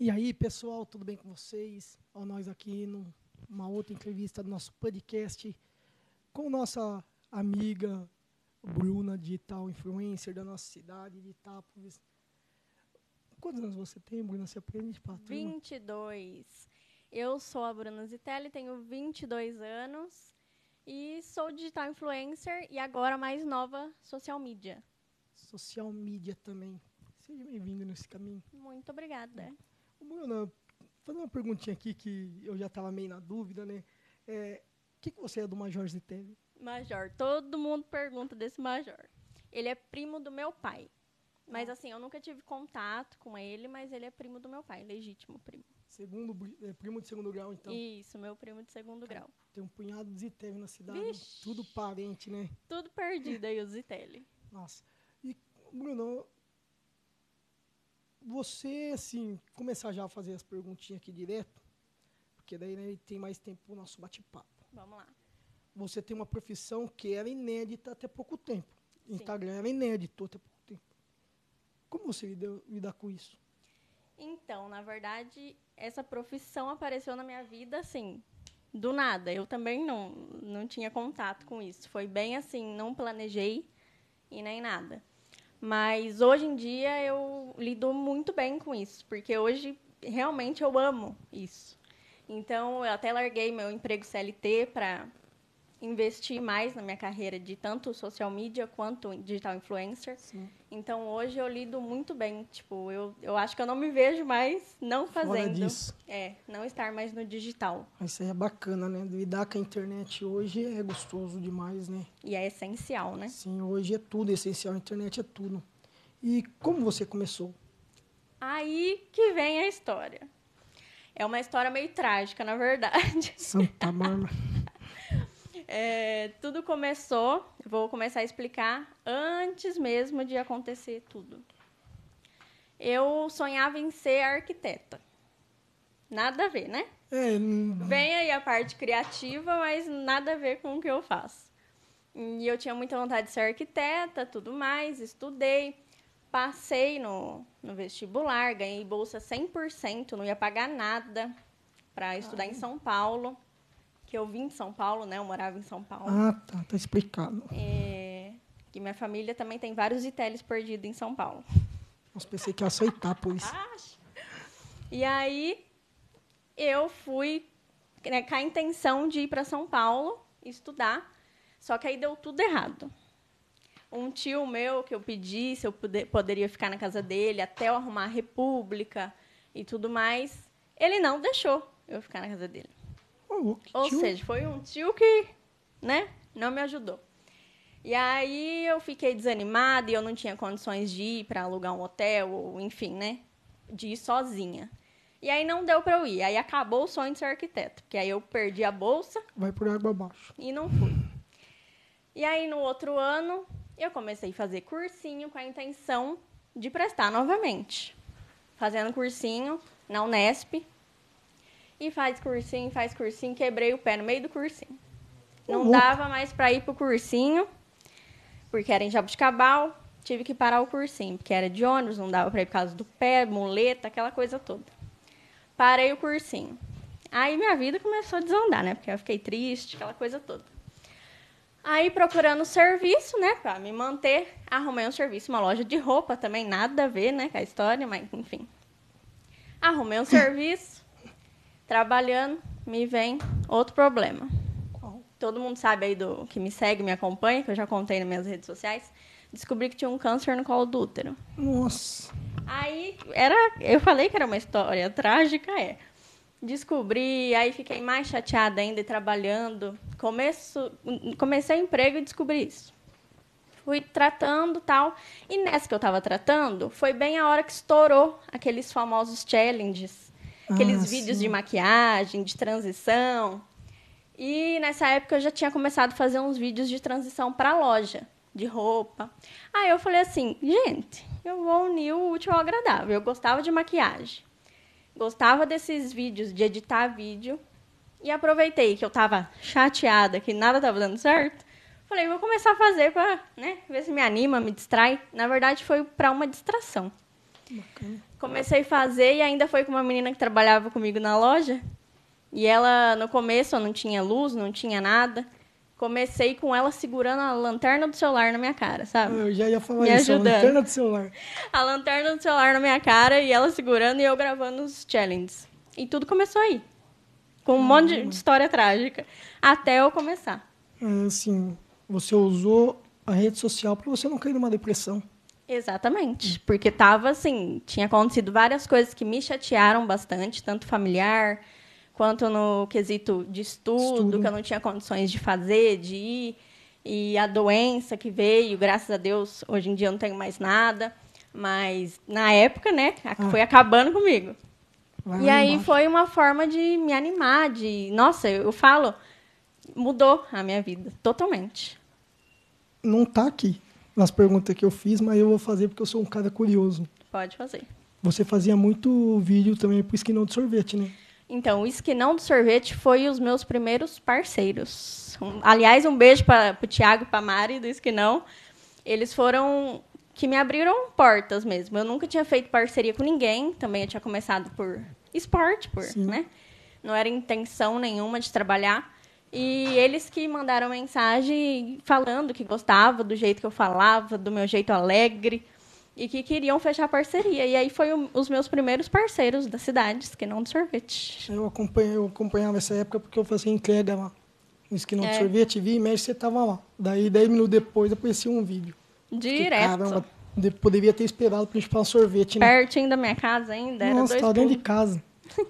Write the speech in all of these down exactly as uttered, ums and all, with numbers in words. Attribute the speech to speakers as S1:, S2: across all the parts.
S1: E aí, pessoal, tudo bem com vocês? Ó, nós aqui numa outra entrevista do nosso podcast com nossa amiga Bruna, digital influencer da nossa cidade de Itápolis. Quantos anos você tem, Bruna? Você aprende para turma?
S2: vinte e dois. Eu sou a Bruna Zitelli, tenho vinte e dois anos e sou digital influencer e agora mais nova, social media.
S1: Social media também. Seja bem-vindo nesse caminho.
S2: Muito obrigada.
S1: Ô, Bruna, fazer uma perguntinha aqui que eu já estava meio na dúvida, né? É, o que, que você é do Major Zitelli?
S2: Major. Todo mundo pergunta desse Major. Ele é primo do meu pai. Mas, assim, eu nunca tive contato com ele, mas ele é primo do meu pai, legítimo primo.
S1: Segundo, é, primo de segundo grau, então?
S2: Isso, meu primo de segundo grau.
S1: Tem um punhado de Zitelli na cidade.
S2: Vixe.
S1: Tudo parente, né?
S2: Tudo perdido aí, o Zitelli.
S1: Nossa. E, Bruno, você, assim, começar já a fazer as perguntinhas aqui direto, porque daí, né, tem mais tempo para o nosso bate-papo.
S2: Vamos lá.
S1: Você tem uma profissão que era inédita até pouco tempo.
S2: Sim.
S1: Instagram era inédito até pouco tempo. Como você lida, lida com isso?
S2: Então, na verdade, essa profissão apareceu na minha vida, assim, do nada. Eu também não, não tinha contato com isso. Foi bem assim, não planejei e nem nada. Mas, hoje em dia, eu lido muito bem com isso, porque hoje, realmente, eu amo isso. Então, eu até larguei meu emprego C L T para investir mais na minha carreira de tanto social media quanto digital influencer.
S1: Sim.
S2: Então, hoje eu lido muito bem. Tipo, eu, eu acho que eu não me vejo mais não fazendo.
S1: Fora disso.
S2: É, não estar mais no digital.
S1: Isso aí é bacana, né? Lidar com a internet hoje é gostoso demais, né?
S2: E é essencial, né?
S1: Sim, hoje é tudo essencial. A internet é tudo. E como você começou?
S2: Aí que vem a história. É uma história meio trágica, na verdade.
S1: Santa Marma.
S2: É, tudo começou, vou começar a explicar, antes mesmo de acontecer tudo. Eu sonhava em ser arquiteta. Nada a ver, né?
S1: É,
S2: Vem aí a parte criativa, mas nada a ver com o que eu faço. E eu tinha muita vontade de ser arquiteta, tudo mais, estudei, passei no, no vestibular, ganhei bolsa cem por cento, não ia pagar nada para estudar em São Paulo. Que eu vim de São Paulo, né? Eu morava em São Paulo.
S1: Ah, tá. Tá explicado.
S2: É, que minha família também tem vários Zitellis perdidos em São Paulo.
S1: Nossa, pensei que ia aceitar por isso.
S2: E aí, eu fui, né, com a intenção de ir para São Paulo estudar, só que aí deu tudo errado. Um tio meu que eu pedi se eu puder, poderia ficar na casa dele até eu arrumar a república e tudo mais, ele não deixou eu ficar na casa dele.
S1: Oh,
S2: Ou
S1: tio.
S2: seja, foi um tio que, né, não me ajudou. E aí eu fiquei desanimada e eu não tinha condições de ir para alugar um hotel, ou enfim, né, de ir sozinha. E aí não deu para eu ir. Aí acabou o sonho de ser arquiteta, porque aí eu perdi a bolsa.
S1: Vai por água abaixo.
S2: E não fui. E aí no outro ano eu comecei a fazer cursinho com a intenção de prestar novamente. Fazendo cursinho na Unesp. E faz cursinho, faz cursinho, quebrei o pé no meio do cursinho. Não
S1: Uhum.
S2: dava mais para ir pro cursinho, porque era em Jabuticabal, tive que parar o cursinho, porque era de ônibus, não dava para ir por causa do pé, muleta, aquela coisa toda. Parei o cursinho. Aí minha vida começou a desandar, né? Porque eu fiquei triste, aquela coisa toda. Aí procurando serviço, né, para me manter, arrumei um serviço, uma loja de roupa também, nada a ver, né, com a história, mas enfim. Arrumei um serviço. Trabalhando, me vem outro problema.
S1: Qual?
S2: Todo mundo sabe aí do que me segue, me acompanha, que eu já contei nas minhas redes sociais. Descobri que tinha um câncer no colo do útero.
S1: Nossa.
S2: Aí, era, eu falei que era uma história trágica, é. Descobri, aí fiquei mais chateada ainda e trabalhando. Começo, comecei o emprego e descobri isso. Fui tratando e tal. E nessa que eu estava tratando, foi bem a hora que estourou aqueles famosos challenges. Aqueles
S1: Ah,
S2: vídeos
S1: sim.
S2: de maquiagem, de transição. E, nessa época, eu já tinha começado a fazer uns vídeos de transição para a loja, de roupa. Aí eu falei assim, gente, eu vou unir o útil ao agradável. Eu gostava de maquiagem. Gostava desses vídeos, de editar vídeo. E aproveitei que eu estava chateada, que nada estava dando certo. Falei, vou começar a fazer para, né, ver se me anima, me distrai. Na verdade, foi para uma distração.
S1: Bacana.
S2: Comecei a fazer e ainda foi com uma menina que trabalhava comigo na loja. E ela, no começo, não tinha luz, não tinha nada. Comecei com ela segurando a lanterna do celular na minha cara, sabe?
S1: Eu já ia falar
S2: Me
S1: isso,
S2: ajudando.
S1: a lanterna do celular.
S2: A lanterna do celular na minha cara e ela segurando e eu gravando os challenges. E tudo começou aí. Com um
S1: Hum.
S2: monte de história trágica. Até eu começar.
S1: É, assim, você usou a rede social para você não cair numa depressão.
S2: Exatamente. Porque tava assim, tinha acontecido várias coisas que me chatearam bastante, tanto familiar, quanto no quesito de estudo,
S1: Estudo.
S2: que eu não tinha condições de fazer, de ir. E a doença que veio, graças a Deus, hoje em dia eu não tenho mais nada. Mas, na época, né,
S1: Ah.
S2: foi acabando comigo.
S1: Vai
S2: E
S1: lá
S2: aí
S1: embaixo.
S2: foi uma forma de me animar, de... Nossa, eu falo, mudou a minha vida, totalmente.
S1: Não tá aqui nas perguntas que eu fiz, mas eu vou fazer porque eu sou um cara curioso.
S2: Pode fazer.
S1: Você fazia muito vídeo também pro Esquinão de Sorvete, né?
S2: Então, o Esquinão do Sorvete foi os meus primeiros parceiros. Um, aliás, um beijo para o Thiago e para a Mari do Esquinão. Eles foram que me abriram portas mesmo. Eu nunca tinha feito parceria com ninguém. Também eu tinha começado por esporte, por, né? Não era intenção nenhuma de trabalhar. E eles que mandaram mensagem falando que gostavam do jeito que eu falava, do meu jeito alegre. E que queriam fechar parceria. E aí foi o, os meus primeiros parceiros da cidade, Esquinão do Sorvete.
S1: Eu, acompanhei, eu acompanhava essa época porque eu fazia entrega lá no Esquinão
S2: É.
S1: de Sorvete, vi e mexe, você tava lá. Daí, dez minutos depois, aparecia um vídeo.
S2: Direto.
S1: Que, caramba, de- poderia ter esperado pra gente falar um sorvete, né?
S2: Pertinho da minha casa ainda, era
S1: Nossa,
S2: dois
S1: tava dentro de
S2: pulos.
S1: casa.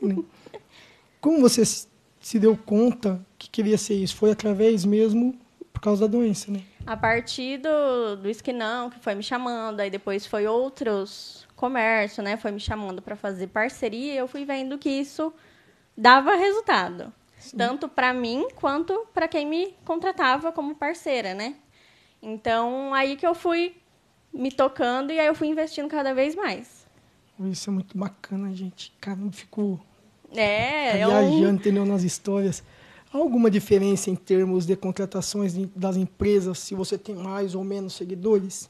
S1: Como você se se deu conta que queria ser isso? Foi através mesmo por causa da doença, né?
S2: A partir do, do Esquinão, que foi me chamando, aí depois foi outros comércio, né? Foi me chamando para fazer parceria, eu fui vendo que isso dava resultado.
S1: Sim.
S2: Tanto para mim, quanto para quem me contratava como parceira, né? Então, aí que eu fui me tocando e aí eu fui investindo cada vez mais.
S1: Isso é muito bacana, gente. Caramba, fico
S2: É, é
S1: viajando,
S2: um...
S1: entendeu? Nas histórias. Há alguma diferença em termos de contratações de- das empresas, se você tem mais ou menos seguidores?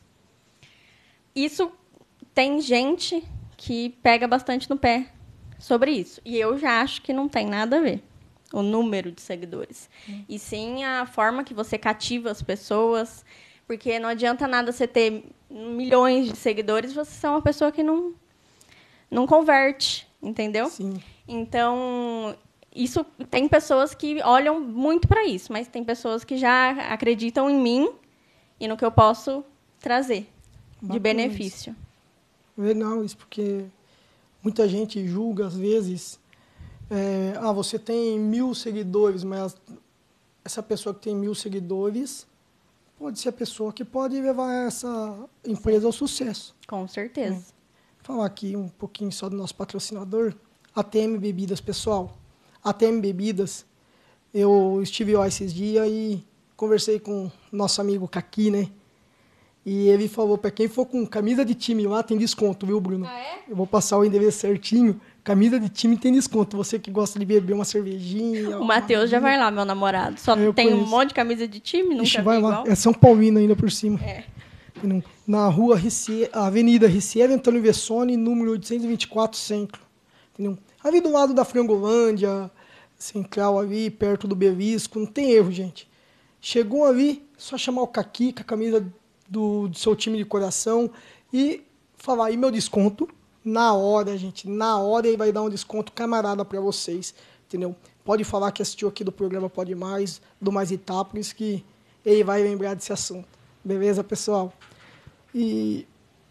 S2: Isso tem gente que pega bastante no pé sobre isso. E eu já acho que não tem nada a ver o número de seguidores. Hum. E sim a forma que você cativa as pessoas. Porque não adianta nada você ter milhões de seguidores e você ser uma pessoa que não, não converte, entendeu?
S1: Sim.
S2: Então, isso tem pessoas que olham muito para isso, mas tem pessoas que já acreditam em mim e no que eu posso trazer
S1: Bacana
S2: de benefício.
S1: Isso. Legal isso, porque muita gente julga, às vezes, é, ah, você tem mil seguidores, mas essa pessoa que tem mil seguidores pode ser a pessoa que pode levar essa empresa ao sucesso.
S2: Com certeza.
S1: É. Vou falar aqui um pouquinho só do nosso patrocinador, A T M Bebidas, pessoal. A T M Bebidas, eu estive lá esses dias e conversei com nosso amigo Kaki, né? E ele falou, para quem for com camisa de time lá, tem desconto, viu, Bruno?
S2: Ah, é?
S1: Eu vou passar o endereço certinho. Camisa de time tem desconto. Você que gosta de beber uma cervejinha...
S2: O Matheus já vai lá, meu namorado. Só
S1: Eu
S2: tem
S1: conheço.
S2: um monte de camisa de time, nunca
S1: Ixi,
S2: vi
S1: vai
S2: igual.
S1: lá. É São Paulino ainda por cima.
S2: É.
S1: Na rua Ricie... Avenida Riciera Antônio Vessone, número oitocentos e vinte e quatro, Centro. Entendeu? Ali do lado da Frangolândia, Central ali, perto do Belisco. Não tem erro, gente. Chegou ali, só chamar o Kaki com a camisa do, do seu time de coração e falar aí meu desconto. Na hora, gente, na hora ele vai dar um desconto camarada para vocês, entendeu? Pode falar que assistiu aqui do programa Pode Mais, do Mais Itápolis, que ele vai lembrar desse assunto. Beleza, pessoal? E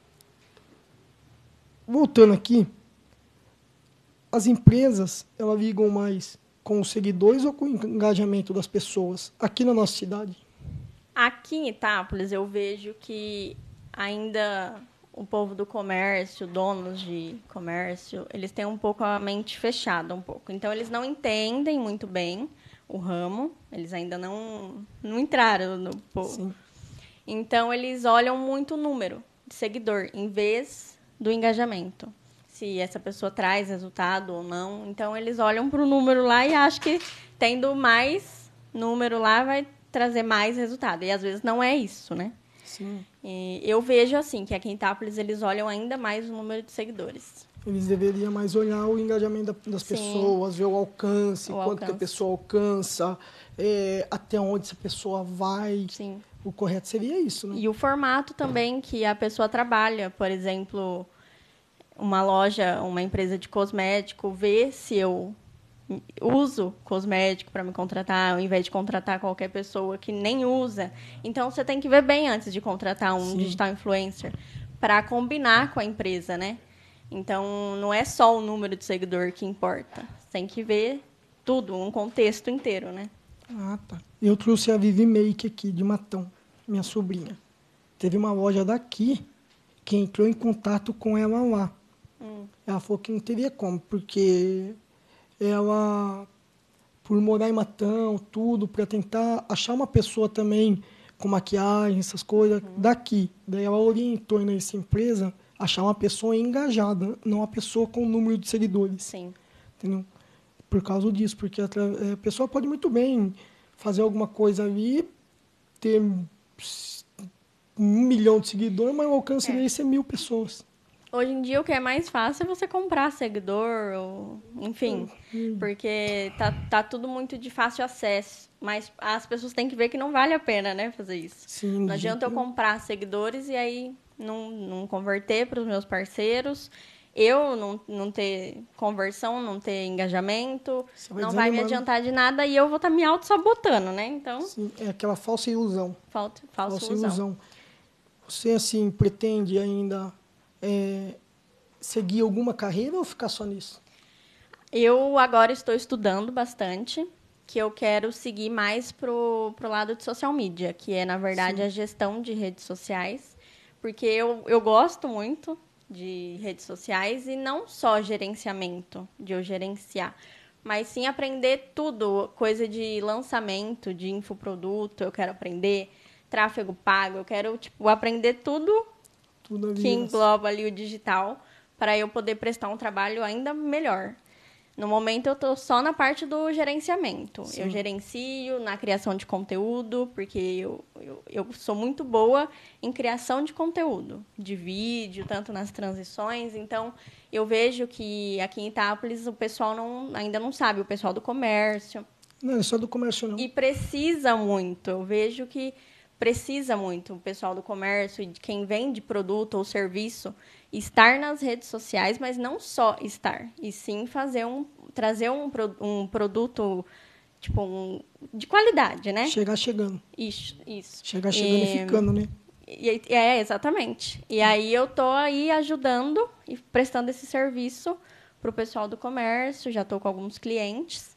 S1: voltando aqui, as empresas, elas ligam mais com os seguidores ou com o engajamento das pessoas aqui na nossa cidade?
S2: Aqui em Itápolis, eu vejo que ainda o povo do comércio, donos de comércio, eles têm um pouco a mente fechada, um pouco. Então, eles não entendem muito bem o ramo, eles ainda não, não entraram no povo.
S1: Sim.
S2: Então, eles olham muito o número de seguidor, em vez do engajamento. Se essa pessoa traz resultado ou não. Então, eles olham para o número lá e acham que tendo mais número lá vai trazer mais resultado. E, às vezes, não é isso, né?
S1: Sim.
S2: E eu vejo, assim, que aqui em Itápolis eles olham ainda mais o número de seguidores.
S1: Eles deveriam mais olhar o engajamento das
S2: Sim.
S1: pessoas, ver o alcance,
S2: O
S1: quanto
S2: alcance.
S1: que a pessoa alcança, é, até onde essa pessoa vai.
S2: Sim.
S1: O correto seria isso, né?
S2: E o formato também que a pessoa trabalha. Por exemplo, uma loja, uma empresa de cosmético, vê se eu uso cosmético para me contratar, ao invés de contratar qualquer pessoa que nem usa. Então, você tem que ver bem antes de contratar um
S1: Sim.
S2: digital influencer para combinar com a empresa, né? Então, não é só o número de seguidor que importa. Você tem que ver tudo, um contexto inteiro, né?
S1: Ah, tá. Eu trouxe a Vivi Make aqui, de Matão, minha sobrinha. Teve uma loja daqui que entrou em contato com ela lá.
S2: Hum.
S1: Ela falou que não teria como, porque ela, por morar em Matão, tudo, para tentar achar uma pessoa também com maquiagem, essas coisas,
S2: Uhum.
S1: daqui. Daí ela orientou nessa empresa achar uma pessoa engajada, não uma pessoa com número de seguidores.
S2: Sim.
S1: Entendeu? Por causa disso, porque a, a pessoa pode muito bem fazer alguma coisa ali, ter um milhão de seguidores, mas o alcance
S2: É.
S1: dele é ser mil pessoas.
S2: Hoje em dia, o que é mais fácil é você comprar seguidor, ou, enfim,
S1: Hum.
S2: porque tá, tá tudo muito de fácil acesso. Mas as pessoas têm que ver que não vale a pena, né, fazer isso.
S1: Sim,
S2: Não
S1: de
S2: adianta eu
S1: jeito nenhum.
S2: comprar seguidores e aí não, não converter para os meus parceiros, eu não, não ter conversão, não ter engajamento,
S1: Você vai
S2: não vai me
S1: desanimando.
S2: adiantar de nada e eu vou estar me auto-sabotando, né? Então,
S1: Sim, é aquela falsa ilusão.
S2: falta, falsa
S1: Falsa
S2: ilusão.
S1: ilusão. Você, assim, pretende ainda é, seguir alguma carreira ou ficar só nisso?
S2: Eu agora estou estudando bastante, que eu quero seguir mais pro, pro lado de social media, que é, na verdade,
S1: Sim.
S2: a gestão de redes sociais, porque eu, eu gosto muito de redes sociais e não só gerenciamento, de eu gerenciar, mas sim aprender tudo, coisa de lançamento, de infoproduto, eu quero aprender tráfego pago, eu quero, tipo, aprender tudo
S1: Tudo ali.
S2: que engloba ali o digital para eu poder prestar um trabalho ainda melhor. No momento, eu estou só na parte do gerenciamento.
S1: Sim.
S2: Eu gerencio na criação de conteúdo, porque eu, eu, eu sou muito boa em criação de conteúdo, de vídeo, tanto nas transições. Então, eu vejo que aqui em Itápolis o pessoal não, ainda não sabe, o pessoal do comércio.
S1: Não, é só do comércio, não.
S2: E precisa muito. Eu vejo que precisa muito o pessoal do comércio e de quem vende produto ou serviço estar nas redes sociais, mas não só estar, e sim fazer um, trazer um, um produto tipo um, de qualidade, né?
S1: Chegar chegando.
S2: Isso, isso.
S1: Chegar chegando e, e ficando, né?
S2: E, é, exatamente. E aí eu tô aí ajudando e prestando esse serviço para o pessoal do comércio, já tô com alguns clientes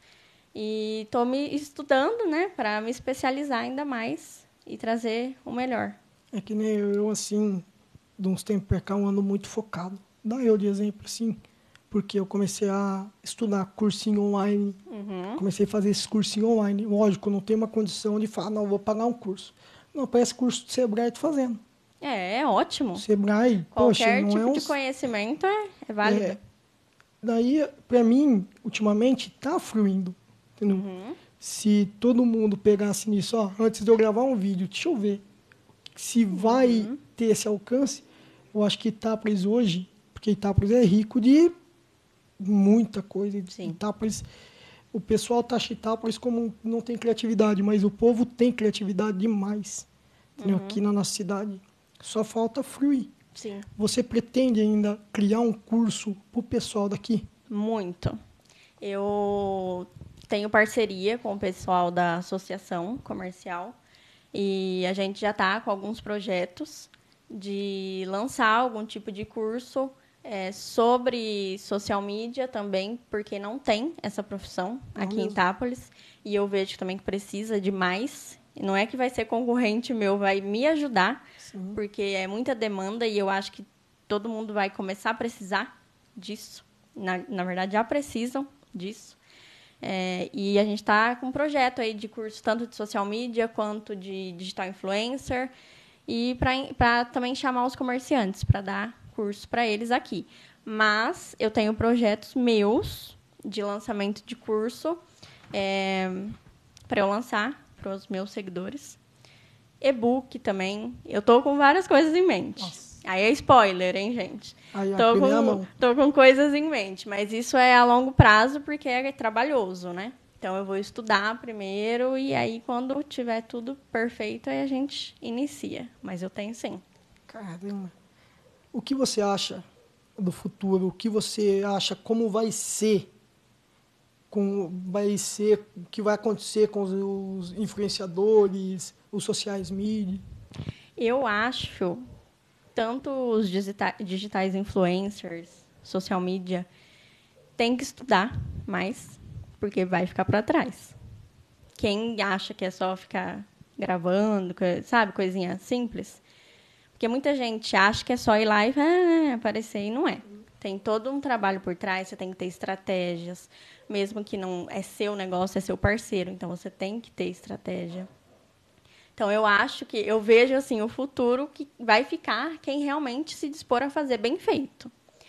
S2: e tô me estudando, né, para me especializar ainda mais e trazer o melhor.
S1: É que nem eu, eu, assim, de uns tempos pra cá, um ano muito focado. Dá eu de exemplo, assim, porque eu comecei a estudar cursinho online,
S2: Uhum.
S1: comecei a fazer esse cursinho online. Lógico, não tenho uma condição de falar, não, vou pagar um curso. Não, parece curso do Sebrae, tô fazendo.
S2: É, é ótimo.
S1: Sebrae,
S2: Qualquer
S1: poxa, não
S2: tipo
S1: é um...
S2: de conhecimento é, é válido.
S1: É, daí, pra mim, ultimamente, tá fluindo, entendeu?
S2: Uhum.
S1: Se todo mundo pegasse nisso, ó, antes de eu gravar um vídeo, deixa eu ver se vai
S2: Uhum.
S1: ter esse alcance. Eu acho que Itápolis hoje, porque Itápolis é rico de muita coisa.
S2: Sim.
S1: Itápolis, o pessoal taxa Itápolis como não tem criatividade, mas o povo tem criatividade demais, entendeu?
S2: Uhum.
S1: Aqui na nossa cidade. Só falta fluir.
S2: Sim.
S1: Você pretende ainda criar um curso para o pessoal daqui?
S2: Muito. Eu tenho parceria com o pessoal da associação comercial e a gente já está com alguns projetos de lançar algum tipo de curso é, sobre social media também, porque não tem essa profissão
S1: Não
S2: aqui
S1: mesmo.
S2: em Itápolis e eu vejo também que precisa de mais. Não é que vai ser concorrente meu, vai me ajudar,
S1: Sim.
S2: porque é muita demanda e eu acho que todo mundo vai começar a precisar disso. Na, na verdade, já precisam disso. É, e a gente está com um projeto aí de curso tanto de social media quanto de digital influencer e para também chamar os comerciantes para dar curso para eles aqui. Mas eu tenho projetos meus de lançamento de curso é, para eu lançar para os meus seguidores. E-book também. Eu tô com várias coisas em mente.
S1: Nossa.
S2: Aí é spoiler, hein, gente?
S1: Aí, a
S2: Tô
S1: primeira
S2: com,
S1: mão.
S2: tô com coisas em mente, mas isso é a longo prazo porque é trabalhoso, né? Então eu vou estudar primeiro e aí quando tiver tudo perfeito aí a gente inicia. Mas eu tenho sim.
S1: Caramba. O que você acha do futuro? O que você acha como vai ser? Com, vai ser o que vai acontecer com os, os influenciadores, os sociais media?
S2: Eu acho, tanto os digita- digitais influencers, social media, tem que estudar mais, porque vai ficar para trás. Quem acha que é só ficar gravando, co- sabe, coisinha simples, porque muita gente acha que é só ir lá e ah, aparecer, e não é. Tem todo um trabalho por trás, você tem que ter estratégias, mesmo que não é seu negócio, é seu parceiro, então você tem que ter estratégia. Então, eu acho que, eu vejo, assim, o futuro que vai ficar quem realmente se dispor a fazer bem feito.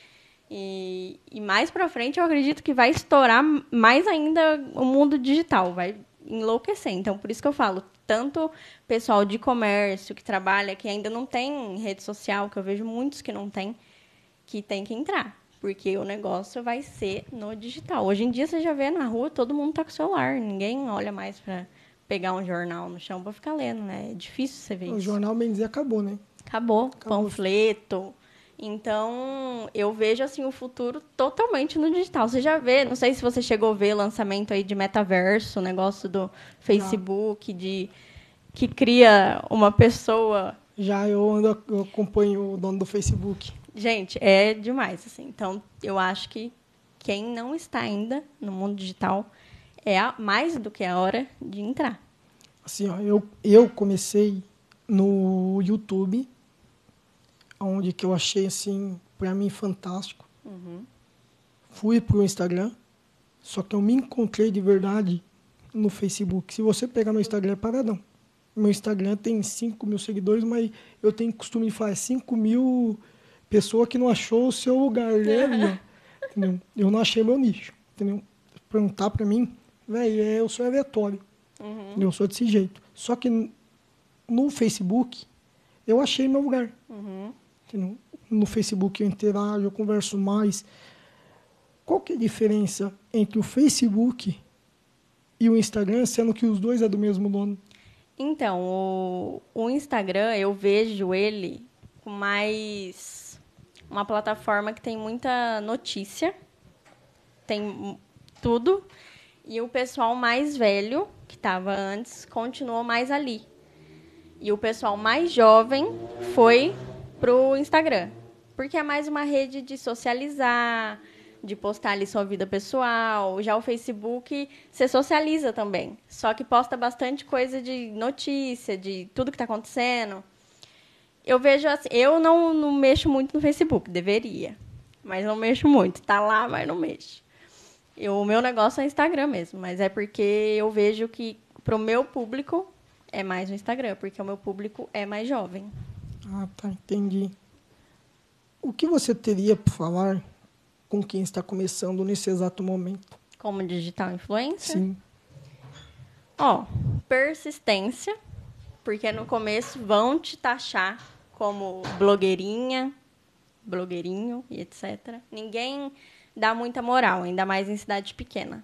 S2: E, e mais para frente, eu acredito que vai estourar mais ainda o mundo digital, vai enlouquecer. Então, por isso que eu falo, tanto pessoal de comércio que trabalha, que ainda não tem rede social, que eu vejo muitos que não tem, que tem que entrar. Porque o negócio vai ser no digital. Hoje em dia, você já vê na rua, todo mundo está com o celular. Ninguém olha mais para pegar um jornal no chão para ficar lendo, né? É difícil você ver
S1: O
S2: isso.
S1: jornal, bem dizer, acabou, né?
S2: Acabou.
S1: Acabou.
S2: Panfleto. Então, eu vejo assim o futuro totalmente no digital. Você já vê, não sei se você chegou a ver o lançamento aí de metaverso, o negócio do Facebook, de que cria uma pessoa.
S1: Já eu, ando, eu acompanho o dono do Facebook.
S2: Gente, é demais, assim. Então, eu acho que quem não está ainda no mundo digital é a, mais do que a hora de entrar.
S1: Assim, ó, eu, eu comecei no YouTube, onde que eu achei, assim, para mim, fantástico.
S2: Uhum.
S1: Fui pro Instagram, só que eu me encontrei de verdade no Facebook. Se você pegar meu Instagram, é paradão. Meu Instagram tem cinco mil seguidores, mas eu tenho costume de falar cinco mil pessoas que não achou o seu lugar, né? Entendeu? Eu não achei meu nicho, entendeu? Perguntar para mim, velho, eu sou aleatório.
S2: Uhum.
S1: Eu sou desse jeito. Só que no Facebook, eu achei meu lugar.
S2: Uhum.
S1: Entendeu? No Facebook eu interajo, eu converso mais. Qual que é a diferença entre o Facebook e o Instagram, sendo que os dois é do mesmo dono?
S2: Então, o, o Instagram, eu vejo ele com mais uma plataforma que tem muita notícia, tem tudo, e o pessoal mais velho, que estava antes, continuou mais ali. E o pessoal mais jovem foi pro Instagram, porque é mais uma rede de socializar, de postar ali sua vida pessoal. Já o Facebook, você socializa também, só que posta bastante coisa de notícia, de tudo que está acontecendo. Eu vejo assim, eu não, não mexo muito no Facebook, deveria, mas não mexo muito. Tá lá, mas não mexo. Eu, o meu negócio é Instagram mesmo, mas é porque eu vejo que pro meu público é mais no Instagram, porque o meu público é mais jovem.
S1: Ah, tá, entendi. O que você teria para falar com quem está começando nesse exato momento?
S2: Como digital influencer?
S1: Sim.
S2: Ó, persistência, porque no começo vão te taxar como blogueirinha, blogueirinho e etcétera. Ninguém dá muita moral, ainda mais em cidade pequena.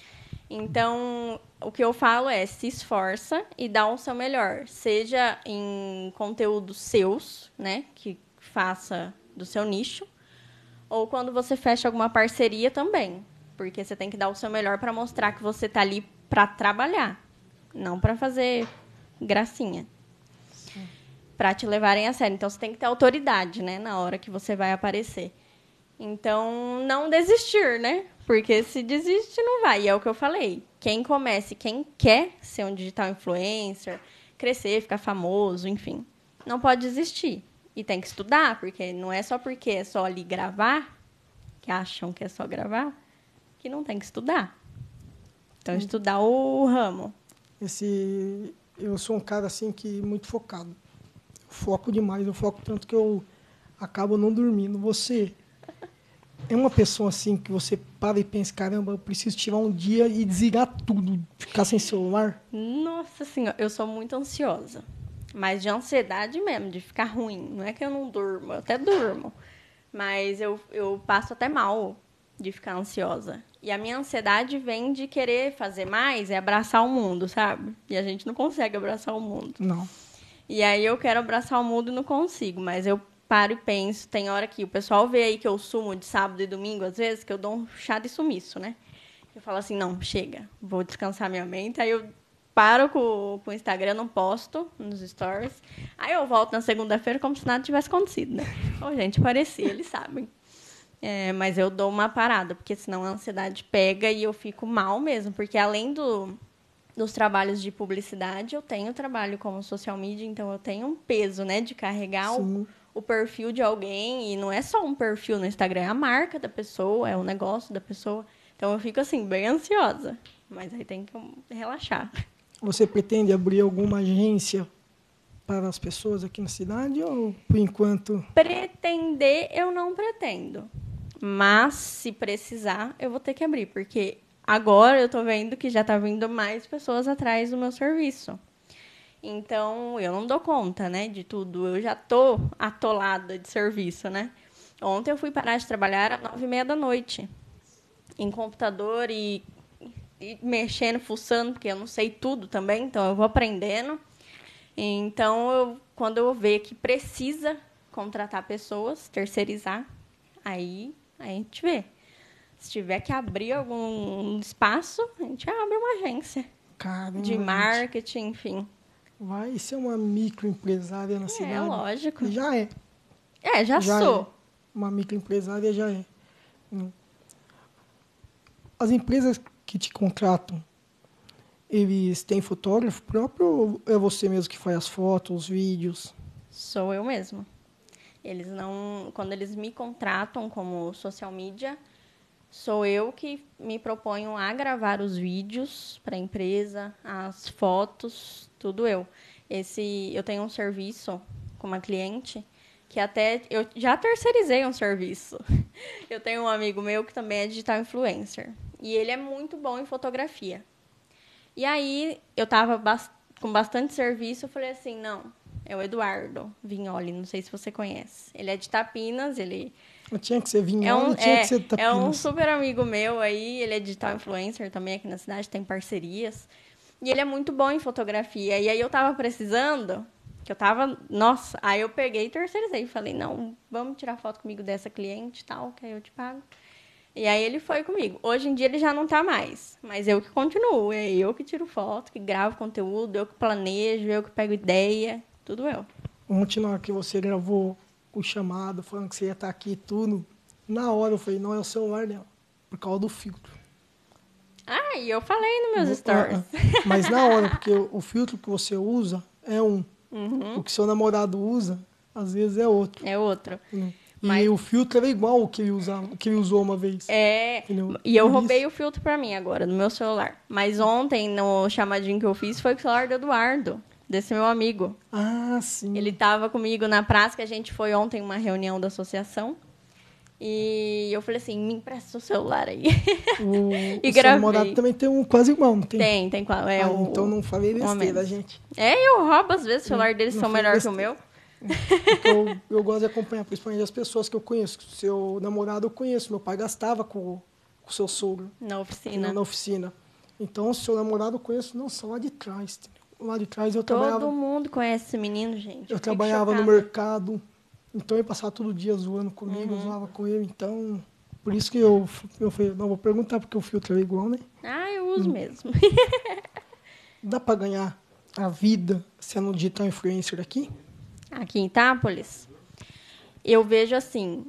S2: Então, o que eu falo é, se esforça e dá o seu melhor. Seja em conteúdos seus, né, que faça do seu nicho, ou quando você fecha alguma parceria também. Porque você tem que dar o seu melhor para mostrar que você está ali para trabalhar, não para fazer gracinha. Para te levarem a sério. Então, você tem que ter autoridade, né, na hora que você vai aparecer. Então, não desistir, né? Porque se desiste, não vai. E é o que eu falei. Quem começa, quem quer ser um digital influencer, crescer, ficar famoso, enfim, não pode desistir. E tem que estudar, porque não é só porque é só ali gravar, que acham que é só gravar, que não tem que estudar. Então, estudar o ramo.
S1: Esse, eu sou um cara assim que muito focado. Eu foco demais, eu foco tanto que eu acabo não dormindo. Você é uma pessoa assim que você para e pensa, caramba, eu preciso tirar um dia e desligar tudo, ficar sem celular?
S2: Nossa Senhora, eu sou muito ansiosa. Mas de ansiedade mesmo, de ficar ruim. Não é que eu não durmo, eu até durmo. Mas eu, eu passo até mal de ficar ansiosa. E a minha ansiedade vem de querer fazer mais, é abraçar o mundo, sabe? E a gente não consegue abraçar o mundo.
S1: Não.
S2: E aí eu quero abraçar o mundo e não consigo. Mas eu paro e penso, tem hora que o pessoal vê aí que eu sumo de sábado e domingo, às vezes, que eu dou um chá de sumiço, né? Eu falo assim, não, chega, vou descansar minha mente. Aí eu paro com, com o Instagram, não posto nos stories. Aí eu volto na segunda-feira como se nada tivesse acontecido, né? Ô, gente, parecia, eles sabem. É, mas eu dou uma parada, porque senão a ansiedade pega e eu fico mal mesmo. Porque além do, dos trabalhos de publicidade, eu tenho trabalho como social media, então eu tenho um peso, né, de carregar o, o perfil de alguém. E não é só um perfil no Instagram, é a marca da pessoa, é o negócio da pessoa. Então eu fico assim, bem ansiosa. Mas aí tem que relaxar.
S1: Você pretende abrir alguma agência para as pessoas aqui na cidade ou, por enquanto...
S2: Pretender, eu não pretendo. Mas, se precisar, eu vou ter que abrir. Porque agora eu estou vendo que já está vindo mais pessoas atrás do meu serviço. Então, eu não dou conta, né, de tudo. Eu já estou atolada de serviço, né? Ontem eu fui parar de trabalhar às nove e meia da noite. Em computador e, e mexendo, fuçando, porque eu não sei tudo também. Então, eu vou aprendendo. Então, eu, quando eu ver que precisa contratar pessoas, terceirizar, aí, aí a gente vê. Se tiver que abrir algum espaço, a gente abre uma agência.
S1: Caramba,
S2: de marketing, enfim.
S1: Vai ser uma microempresária na
S2: É,
S1: cidade.
S2: É, lógico.
S1: E já é.
S2: É, já,
S1: já
S2: sou.
S1: É. Uma microempresária já é. As empresas que te contratam, eles têm fotógrafo próprio ou é você mesmo que faz as fotos, os vídeos?
S2: Sou eu mesma. Eles não, quando eles me contratam como social media, sou eu que me proponho a gravar os vídeos para a empresa, as fotos, tudo eu. Esse, eu tenho um serviço com uma cliente que até eu já terceirizei um serviço. Eu tenho um amigo meu que também é digital influencer e ele é muito bom em fotografia. E aí, eu estava bast- com bastante serviço, eu falei assim, não, é o Eduardo Vignoli, não sei se você conhece. Ele é de Tapinas, ele...
S1: Eu tinha que ser Vignoli,
S2: é um,
S1: tinha
S2: é,
S1: que ser Tapinas.
S2: É um super amigo meu aí, ele é digital influencer também aqui na cidade, tem parcerias. E ele é muito bom em fotografia. E aí, eu estava precisando, que eu tava... Nossa, aí eu peguei e terceirizei. Falei, não, vamos tirar foto comigo dessa cliente e tal, que aí eu te pago. E aí ele foi comigo. Hoje em dia ele já não tá mais, mas eu que continuo. É eu que tiro foto, que gravo conteúdo, eu que planejo, eu que pego ideia, tudo eu.
S1: Ontem, na hora que você gravou o chamado, falando que você ia estar aqui e tudo, na hora eu falei, não é o celular dela, por causa do filtro.
S2: Ah, e eu falei nos meus stories.
S1: Mas na hora, porque o filtro que você usa é um.
S2: Uhum.
S1: O que seu namorado usa, às vezes é outro.
S2: É outro.
S1: Entendeu?
S2: Mas...
S1: E o filtro era igual o que ele, usava, o que ele usou uma vez.
S2: É,
S1: entendeu?
S2: E eu
S1: Por
S2: roubei
S1: isso.
S2: o filtro pra mim agora, no meu celular. Mas ontem, no chamadinho que eu fiz, foi com o celular do Eduardo, desse meu amigo.
S1: Ah, sim.
S2: Ele tava comigo na praça, que a gente foi ontem uma reunião da associação. E eu falei assim, me empresta o celular aí.
S1: O,
S2: e
S1: o seu
S2: gravei.
S1: namorado também tem um quase igual, não tem?
S2: Tem, tem qual? É
S1: ah,
S2: o,
S1: então não falei besteira, gente.
S2: É, eu roubo às vezes, o celular deles
S1: Não
S2: são
S1: foi
S2: melhor
S1: besteira.
S2: que o meu.
S1: Porque eu, eu gosto de acompanhar, principalmente as pessoas que eu conheço. Seu namorado eu conheço, meu pai gastava com, o- com o seu sogro.
S2: Na oficina.
S1: Na oficina. Então, o seu namorado eu conheço, não, só lá de trás. Entendeu? Lá de trás eu
S2: Todo
S1: trabalhava,
S2: mundo conhece esse menino, gente.
S1: eu
S2: Fico
S1: trabalhava no
S2: chocada.
S1: mercado. Então, ele passava todo dia zoando comigo,
S2: Uhum.
S1: zoava com ele. Então, por isso que eu, eu falei, não, vou perguntar porque o filtro é igual, né?
S2: Ah, eu uso
S1: Hum.
S2: mesmo.
S1: Dá para ganhar a vida sendo digital influencer aqui?
S2: Aqui em Itápolis, eu vejo assim,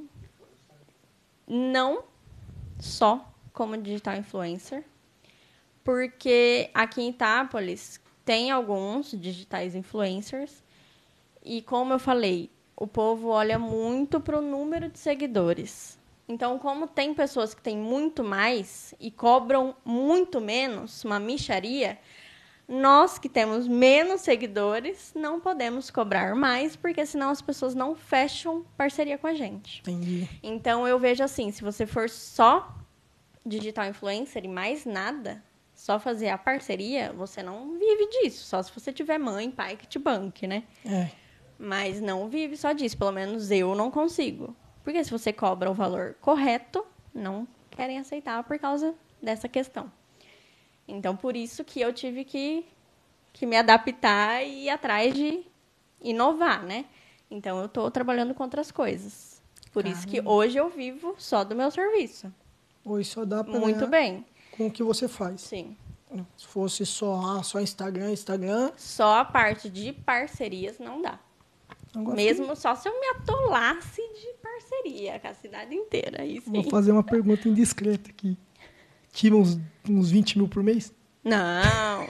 S2: não só como digital influencer, porque aqui em Itápolis tem alguns digitais influencers e, como eu falei, o povo olha muito para o número de seguidores. Então, como tem pessoas que têm muito mais e cobram muito menos, uma mixaria, nós que temos menos seguidores não podemos cobrar mais, porque senão as pessoas não fecham parceria com a gente.
S1: Entendi.
S2: Então, eu vejo assim, se você for só digital influencer e mais nada, só fazer a parceria, você não vive disso. Só se você tiver mãe, pai que te banque, né?
S1: É.
S2: Mas não vive só disso. Pelo menos eu não consigo. Porque se você cobra o valor correto, não querem aceitar por causa dessa questão. Então, por isso que eu tive que, que me adaptar e ir atrás de inovar, né? Então, eu estou trabalhando com outras coisas. Por
S1: Caramba.
S2: isso que hoje eu vivo só do meu serviço.
S1: Hoje só dá para
S2: Muito bem.
S1: com o que você faz.
S2: Sim.
S1: Se fosse só, ah, só Instagram, Instagram...
S2: Só a parte de parcerias não dá.
S1: Agora
S2: Mesmo
S1: que...
S2: só se eu me atolasse de parceria com a cidade inteira. Aí sim.
S1: Vou fazer uma pergunta indiscreta aqui. Tira uns, uns vinte mil por mês?
S2: Não.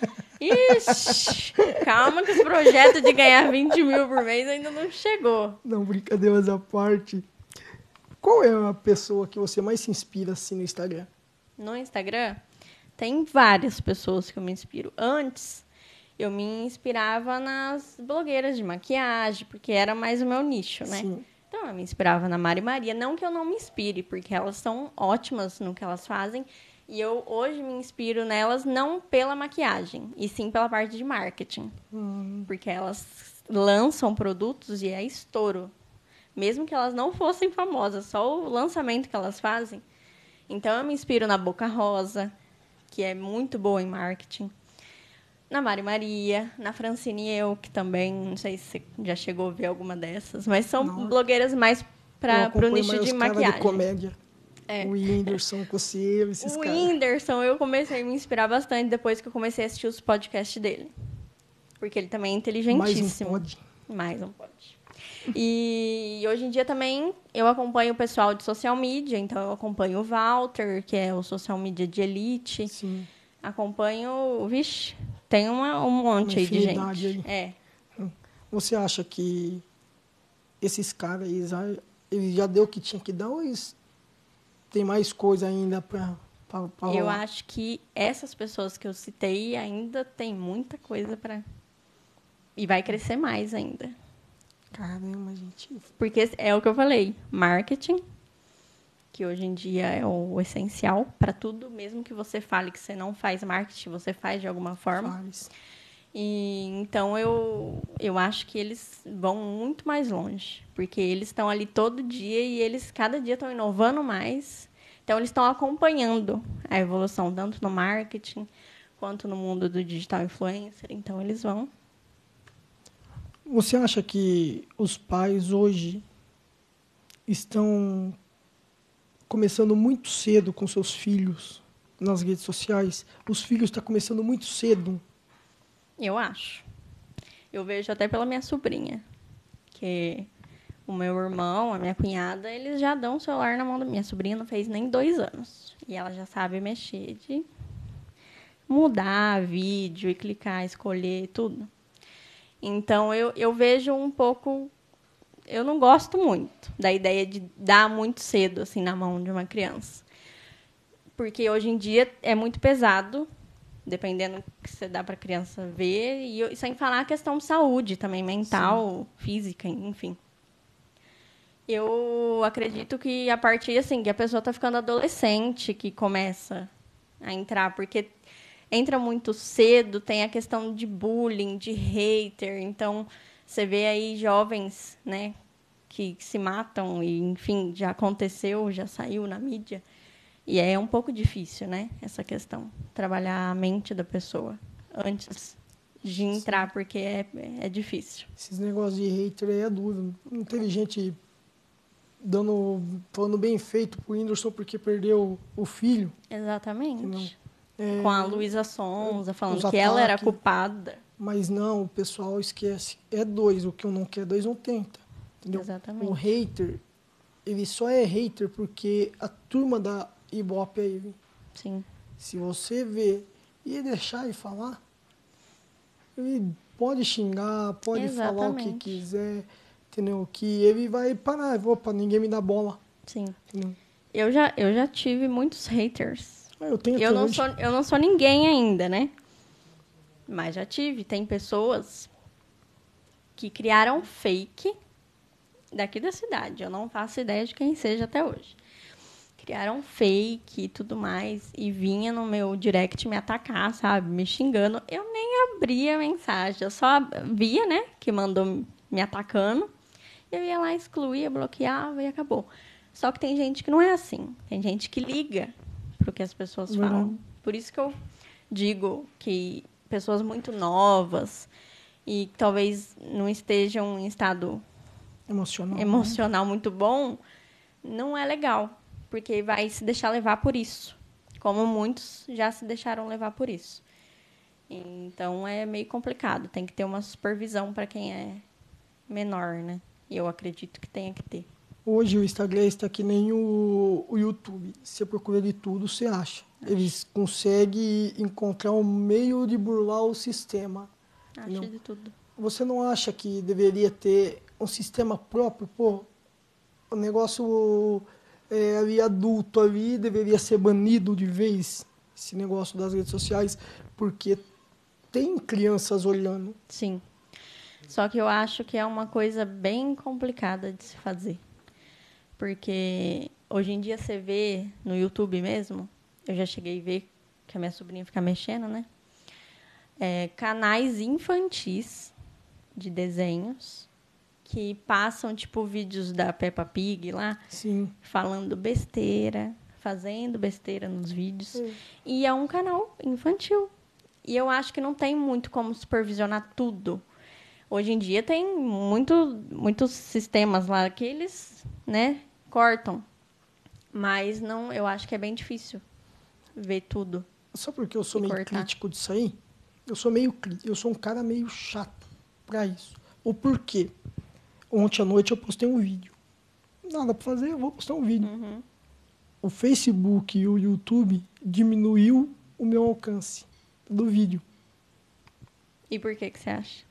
S2: Ixi, calma que esse projeto de ganhar vinte mil por mês ainda não chegou.
S1: Não, brincadeiras à parte. Qual é a pessoa que você mais se inspira assim no Instagram?
S2: No Instagram, tem várias pessoas que eu me inspiro. Antes, eu me inspirava nas blogueiras de maquiagem, porque era mais o meu nicho, né?
S1: Sim.
S2: Então, eu me inspirava na Mari Maria. Não que eu não me inspire, porque elas são ótimas no que elas fazem. E eu hoje me inspiro nelas não pela maquiagem, e sim pela parte de marketing.
S1: Hum.
S2: Porque elas lançam produtos e é estouro. Mesmo que elas não fossem famosas, só o lançamento que elas fazem. Então, eu me inspiro na Boca Rosa, que é muito boa em marketing. Na Mari Maria, na Francine Eu, que também, não sei se você já chegou a ver alguma dessas, mas são
S1: Não.
S2: blogueiras mais para o nicho de maquiagem.
S1: De comédia.
S2: É.
S1: O Whindersson, Cossielo, esses
S2: o
S1: caras.
S2: O Whindersson, eu comecei a me inspirar bastante depois que eu comecei a assistir os podcasts dele. Porque ele também é inteligentíssimo.
S1: Mais um pod.
S2: Mais um pod. E hoje em dia também eu acompanho o pessoal de social media, então eu acompanho o Walter, que é o social media de elite.
S1: Sim.
S2: Acompanho, vixe, tem uma, um monte
S1: uma
S2: aí de gente.
S1: Aí.
S2: É.
S1: Você acha que esses caras aí, eles já deu o que tinha que dar ou eles tem mais coisa ainda para rolar?
S2: Eu acho que essas pessoas que eu citei ainda tem muita coisa para... E vai crescer mais ainda.
S1: Caramba, gente.
S2: Porque é o que eu falei, marketing, que hoje em dia é o essencial para tudo, mesmo que você fale que você não faz marketing, você faz de alguma forma.
S1: Faz.
S2: E então eu, eu acho que eles vão muito mais longe, porque eles estão ali todo dia e eles cada dia estão inovando mais. Então eles estão acompanhando a evolução tanto no marketing quanto no mundo do digital influencer. Então eles vão.
S1: Você acha que os pais hoje estão começando muito cedo com seus filhos nas redes sociais? Os filhos estão começando muito cedo?
S2: Eu acho. Eu vejo até pela minha sobrinha, que o meu irmão, a minha cunhada, eles já dão o celular na mão da minha sobrinha, não fez nem dois anos. E ela já sabe mexer, de mudar vídeo e clicar, escolher, tudo. Então, eu, eu vejo um pouco... Eu não gosto muito da ideia de dar muito cedo, assim, na mão de uma criança. Porque hoje em dia é muito pesado, dependendo do que você dá para a criança ver. E, eu, e sem falar a questão de saúde também, mental, sim, física, enfim. Eu acredito que a partir, assim, que a pessoa está ficando adolescente, que começa a entrar, porque entra muito cedo, tem a questão de bullying, de hater. Então, você vê aí jovens, né, que, que se matam e, enfim, já aconteceu, já saiu na mídia. E é um pouco difícil, né, essa questão. Trabalhar a mente da pessoa antes de entrar, sim, porque é, é difícil.
S1: Esses negócios de hater aí é duro. Não teve gente dando, falando bem feito pro Whindersson porque perdeu o filho?
S2: Exatamente.
S1: É,
S2: com a Luísa Sonza, falando que
S1: ataques,
S2: ela era culpada.
S1: Mas não, o pessoal esquece. É dois, o que um não quer, dois não tenta. Entendeu?
S2: Exatamente.
S1: O hater, ele só é hater porque a turma da Ibope é ele.
S2: Sim.
S1: Se você ver e deixar ele falar, ele pode xingar, pode
S2: Exatamente.
S1: falar o que quiser, entendeu? Que ele vai parar, opa, ninguém me dá bola.
S2: Sim.
S1: Entendeu?
S2: Eu já, eu já tive muitos haters.
S1: Eu, tenho
S2: eu, não sou, eu não sou ninguém ainda, né? Mas já tive. Tem pessoas que criaram fake daqui da cidade. Eu não faço ideia de quem seja até hoje. criaram fake e tudo mais, e vinha no meu direct me atacar, sabe? Me xingando. Eu nem abria a mensagem, eu só via, né, que mandou me atacando. Eu ia lá, excluía, bloqueava e acabou. Só que tem gente que não é assim. Tem gente que liga pro que as pessoas falam.
S1: Uhum.
S2: Por isso que eu digo que pessoas muito novas e que talvez não estejam em estado
S1: Emocional.
S2: emocional muito bom, não é legal. Porque vai se deixar levar por isso. Como muitos já se deixaram levar por isso. Então, é meio complicado. Tem que ter uma supervisão para quem é menor, né? E eu acredito que tenha que ter.
S1: Hoje o Instagram está que nem o, o YouTube. Você procura de tudo, você acha.
S2: Acho.
S1: Eles conseguem encontrar um meio de burlar o sistema.
S2: Acho
S1: entendeu?
S2: de tudo.
S1: Você não acha que deveria ter um sistema próprio? Pô, o negócio é, ali adulto ali deveria ser banido de vez, esse negócio das redes sociais, porque tem crianças olhando.
S2: Sim. Só que eu acho que é uma coisa bem complicada de se fazer. Porque hoje em dia você vê no YouTube mesmo, eu já cheguei a ver que a minha sobrinha fica mexendo, né? É, canais infantis de desenhos que passam, tipo, vídeos da Peppa Pig lá,
S1: Sim.
S2: falando besteira, fazendo besteira nos vídeos.
S1: É.
S2: E é um canal infantil. E eu acho que não tem muito como supervisionar tudo. Hoje em dia tem muito, muitos sistemas lá que eles, né, cortam. Mas não, eu acho que é bem difícil ver tudo.
S1: Só porque eu sou
S2: E
S1: meio
S2: cortar.
S1: crítico disso aí, eu sou meio cri- eu sou um cara meio chato pra isso. O porquê? Ontem à noite eu postei um vídeo. Nada pra fazer, eu vou postar um vídeo.
S2: Uhum.
S1: O Facebook e o YouTube diminuiu o meu alcance do vídeo.
S2: E por que que você acha?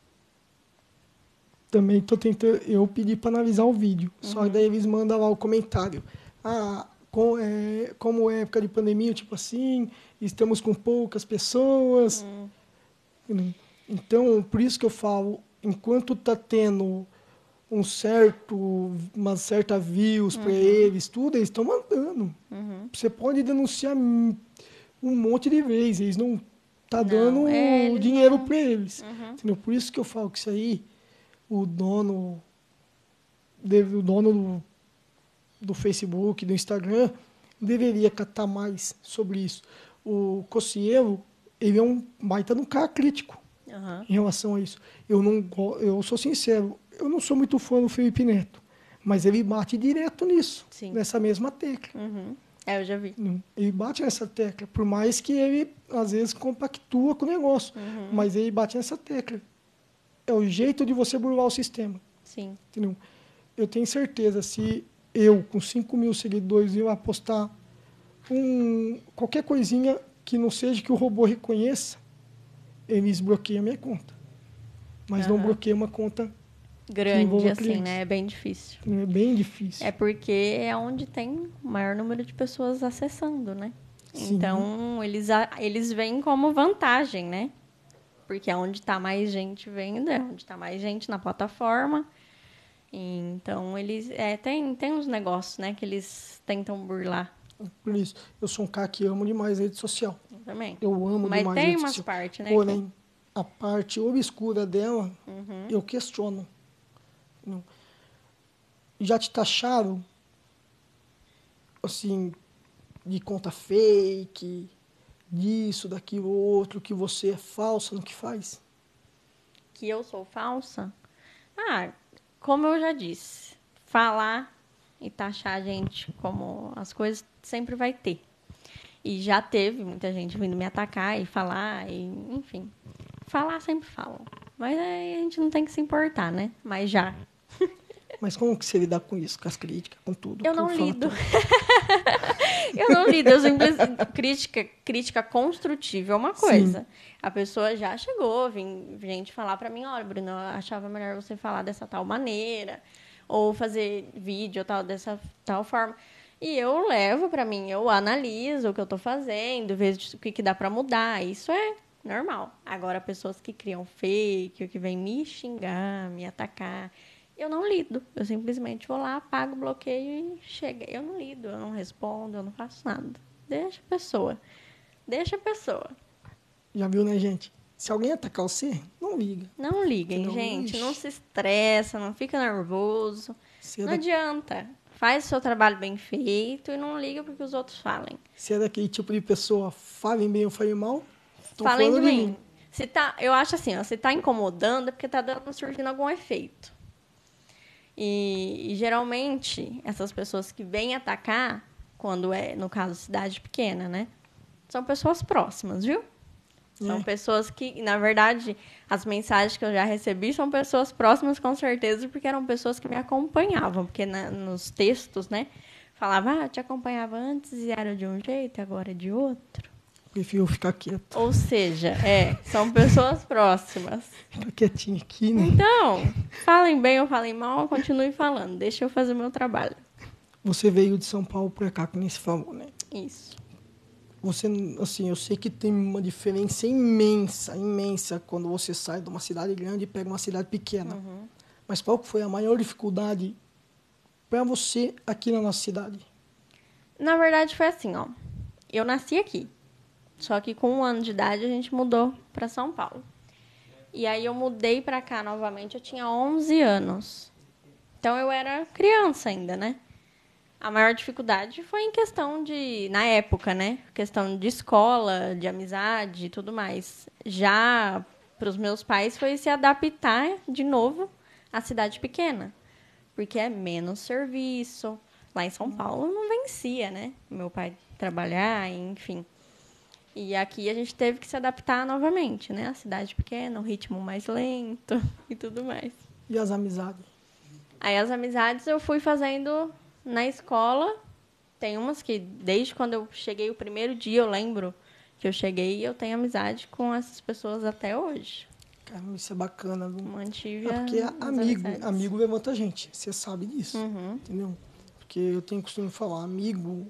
S1: Também tô tentando, eu pedi para analisar o vídeo, só que daí eles mandam lá o comentário. Ah, com, é, como é época de pandemia, tipo assim, estamos com poucas pessoas.
S2: Hum.
S1: Então, por isso que eu falo, enquanto tá tendo um certo, uma certa views para eles, tudo, eles estão mandando.
S2: Uhum.
S1: Você pode denunciar um monte de vezes, eles não tá
S2: Não,
S1: dando
S2: é, eles
S1: dinheiro
S2: não-
S1: para eles.
S2: Uhum.
S1: Entendeu? Por isso que eu falo que isso aí, o dono, deve- o dono do, do Facebook, do Instagram, deveria catar mais sobre isso. O Cossielo, ele é um baita de um cara crítico
S2: Uhum.
S1: em relação a isso. Eu não, go- eu sou sincero, eu não sou muito fã do Felipe Neto, mas ele bate direto nisso,
S2: Sim.
S1: nessa mesma tecla.
S2: Uhum. É, eu já vi.
S1: Não, ele bate nessa tecla, por mais que ele, às vezes, compactua com o negócio,
S2: Uhum.
S1: mas ele bate nessa tecla. É o jeito de você burlar o sistema.
S2: Sim.
S1: Entendeu? Eu tenho certeza, se eu, com cinco mil seguidores, eu apostar um, qualquer coisinha que não seja que o robô reconheça, eles bloqueiam a minha conta. Mas não
S2: Aham.
S1: bloqueiam uma conta,
S2: Grande,
S1: envolva
S2: assim,
S1: clientes.
S2: né? É bem difícil.
S1: entendeu? É bem difícil.
S2: É porque é onde tem o maior número de pessoas acessando, né?
S1: Sim.
S2: Então, eles, a- eles veem como vantagem, né? Porque é onde está mais gente vendo, é onde está mais gente na plataforma. Então, eles... É, tem, tem uns negócios, né? Que eles tentam burlar
S1: Por isso, eu sou um cara que amo demais rede social.
S2: também.
S1: Eu amo
S2: Mas
S1: demais
S2: tem
S1: rede
S2: umas
S1: social.
S2: partes, né?
S1: Porém, a parte obscura dela,
S2: Uhum.
S1: eu questiono. Não. Já te taxaram, assim, de conta fake, disso, daquilo, outro, que você é falsa no que faz?
S2: Que eu sou falsa? Ah, como eu já disse, falar e taxar a gente como as coisas sempre vai ter. E já teve muita gente vindo me atacar e falar, e, enfim. Falar sempre falam. Mas aí a gente não tem que se importar, né? Mas já.
S1: Mas como que você lidar com isso, com as críticas, com tudo?
S2: Eu
S1: com
S2: não
S1: o
S2: lido.
S1: falatório?
S2: Eu não lido, eu simplesmente... Crítica, crítica construtiva é uma coisa.
S1: Sim.
S2: A pessoa já chegou, vem gente falar pra mim, olha, Bruno, eu achava melhor você falar dessa tal maneira, ou fazer vídeo tal, dessa tal forma. E eu levo pra mim, eu analiso o que eu tô fazendo, vejo o que, que dá pra mudar. Isso é normal. Agora, pessoas que criam fake, ou que vêm me xingar, me atacar, Eu não lido. Eu simplesmente vou lá, apago o bloqueio e chega. Eu não lido, eu não respondo, eu não faço nada. Deixa a pessoa. Deixa a pessoa.
S1: Já viu, né, gente? Se alguém atacar você, não liga.
S2: Não liguem,
S1: Entendeu?
S2: gente.
S1: Ixi.
S2: Não se estressa, não fica nervoso.
S1: Se é,
S2: Não
S1: da...
S2: adianta. Faz o seu trabalho bem feito e não liga porque os outros falem.
S1: Se é daquele tipo de pessoa, falem bem ou falem mal, tão
S2: Falem de
S1: falando
S2: mim. mim. Se tá, eu acho assim, ó, se tá incomodando é porque tá dando, surgindo algum efeito. E, e geralmente, essas pessoas que vêm atacar, quando é, no caso, cidade pequena, né? São pessoas próximas, viu? São
S1: É.
S2: pessoas que, na verdade, as mensagens que eu já recebi são pessoas próximas, com certeza, porque eram pessoas que me acompanhavam. Porque na, nos textos, né? Falava, ah, eu te acompanhava antes e era de um jeito, agora é de outro.
S1: Prefiro ficar quieto.
S2: Ou seja, é, são pessoas próximas.
S1: Ficar quietinho aqui, né?
S2: Então, falem bem ou falem mal, continue falando. Deixa eu fazer o meu trabalho.
S1: Você veio de São Paulo pra cá, que nem se falou, né?
S2: Isso.
S1: Você, assim, eu sei que tem uma diferença imensa, imensa, quando você sai de uma cidade grande e pega uma cidade pequena.
S2: Uhum.
S1: Mas qual que foi a maior dificuldade para você aqui na nossa cidade?
S2: Na verdade, foi assim, ó. Eu nasci aqui. Só que com um ano de idade a gente mudou para São Paulo. E aí eu mudei para cá novamente, eu tinha onze anos. Então eu era criança ainda, né? A maior dificuldade foi em questão de, na época, né? Questão de escola, de amizade e tudo mais. Já para os meus pais foi se adaptar de novo à cidade pequena. Porque é menos serviço. Lá em São Paulo não vencia, né? Meu pai trabalhar, enfim. E aqui a gente teve que se adaptar novamente, né? A cidade pequena, o ritmo mais lento e tudo mais.
S1: E as amizades?
S2: Aí as amizades eu fui fazendo na escola. Tem umas que, desde quando eu cheguei o primeiro dia, eu lembro que eu cheguei e eu tenho amizade com essas pessoas até hoje.
S1: Caramba, isso é bacana. Viu?
S2: Mantive
S1: é porque
S2: as
S1: amigo,
S2: amizades.
S1: amigo levanta a gente, você sabe disso,
S2: Uhum.
S1: entendeu? Porque eu tenho costume de falar, amigo...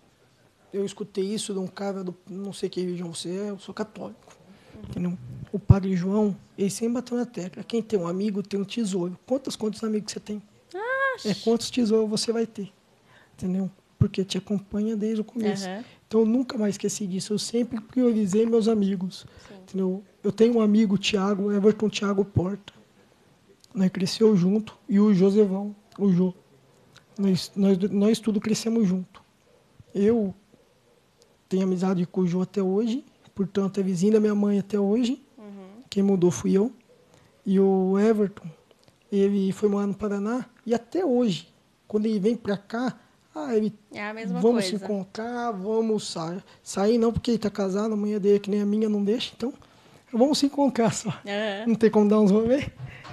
S1: Eu escutei isso de um cara, do, não sei que religião você é, eu sou católico. Uhum. Entendeu? O padre João, ele sempre bateu na tecla. Quem tem um amigo tem um tesouro. Quantos, quantos amigos você tem?
S2: Ah,
S1: é quantos tesouros você vai ter. Entendeu? Porque te acompanha desde o começo.
S2: Uhum.
S1: Então, eu nunca mais esqueci disso. Eu sempre priorizei meus amigos. Entendeu? Eu tenho um amigo, o Thiago, Everton Thiago Porta. Nós cresceu junto. E o Josevão, o Jô. Nós, nós, nós tudo crescemos junto. Eu... tenho amizade com o Jô até hoje, portanto, é vizinho da minha mãe até hoje. Uhum. Quem mudou fui eu. E o Everton, ele foi morar no Paraná, e até hoje, quando ele vem pra cá, ah, ele,
S2: é a mesma
S1: vamos
S2: coisa.
S1: se encontrar, vamos sair. Sair não, porque ele tá casado, a mãe dele, que nem a minha, não deixa, então, vamos se encontrar só.
S2: Uhum.
S1: Não tem como dar uns rolê.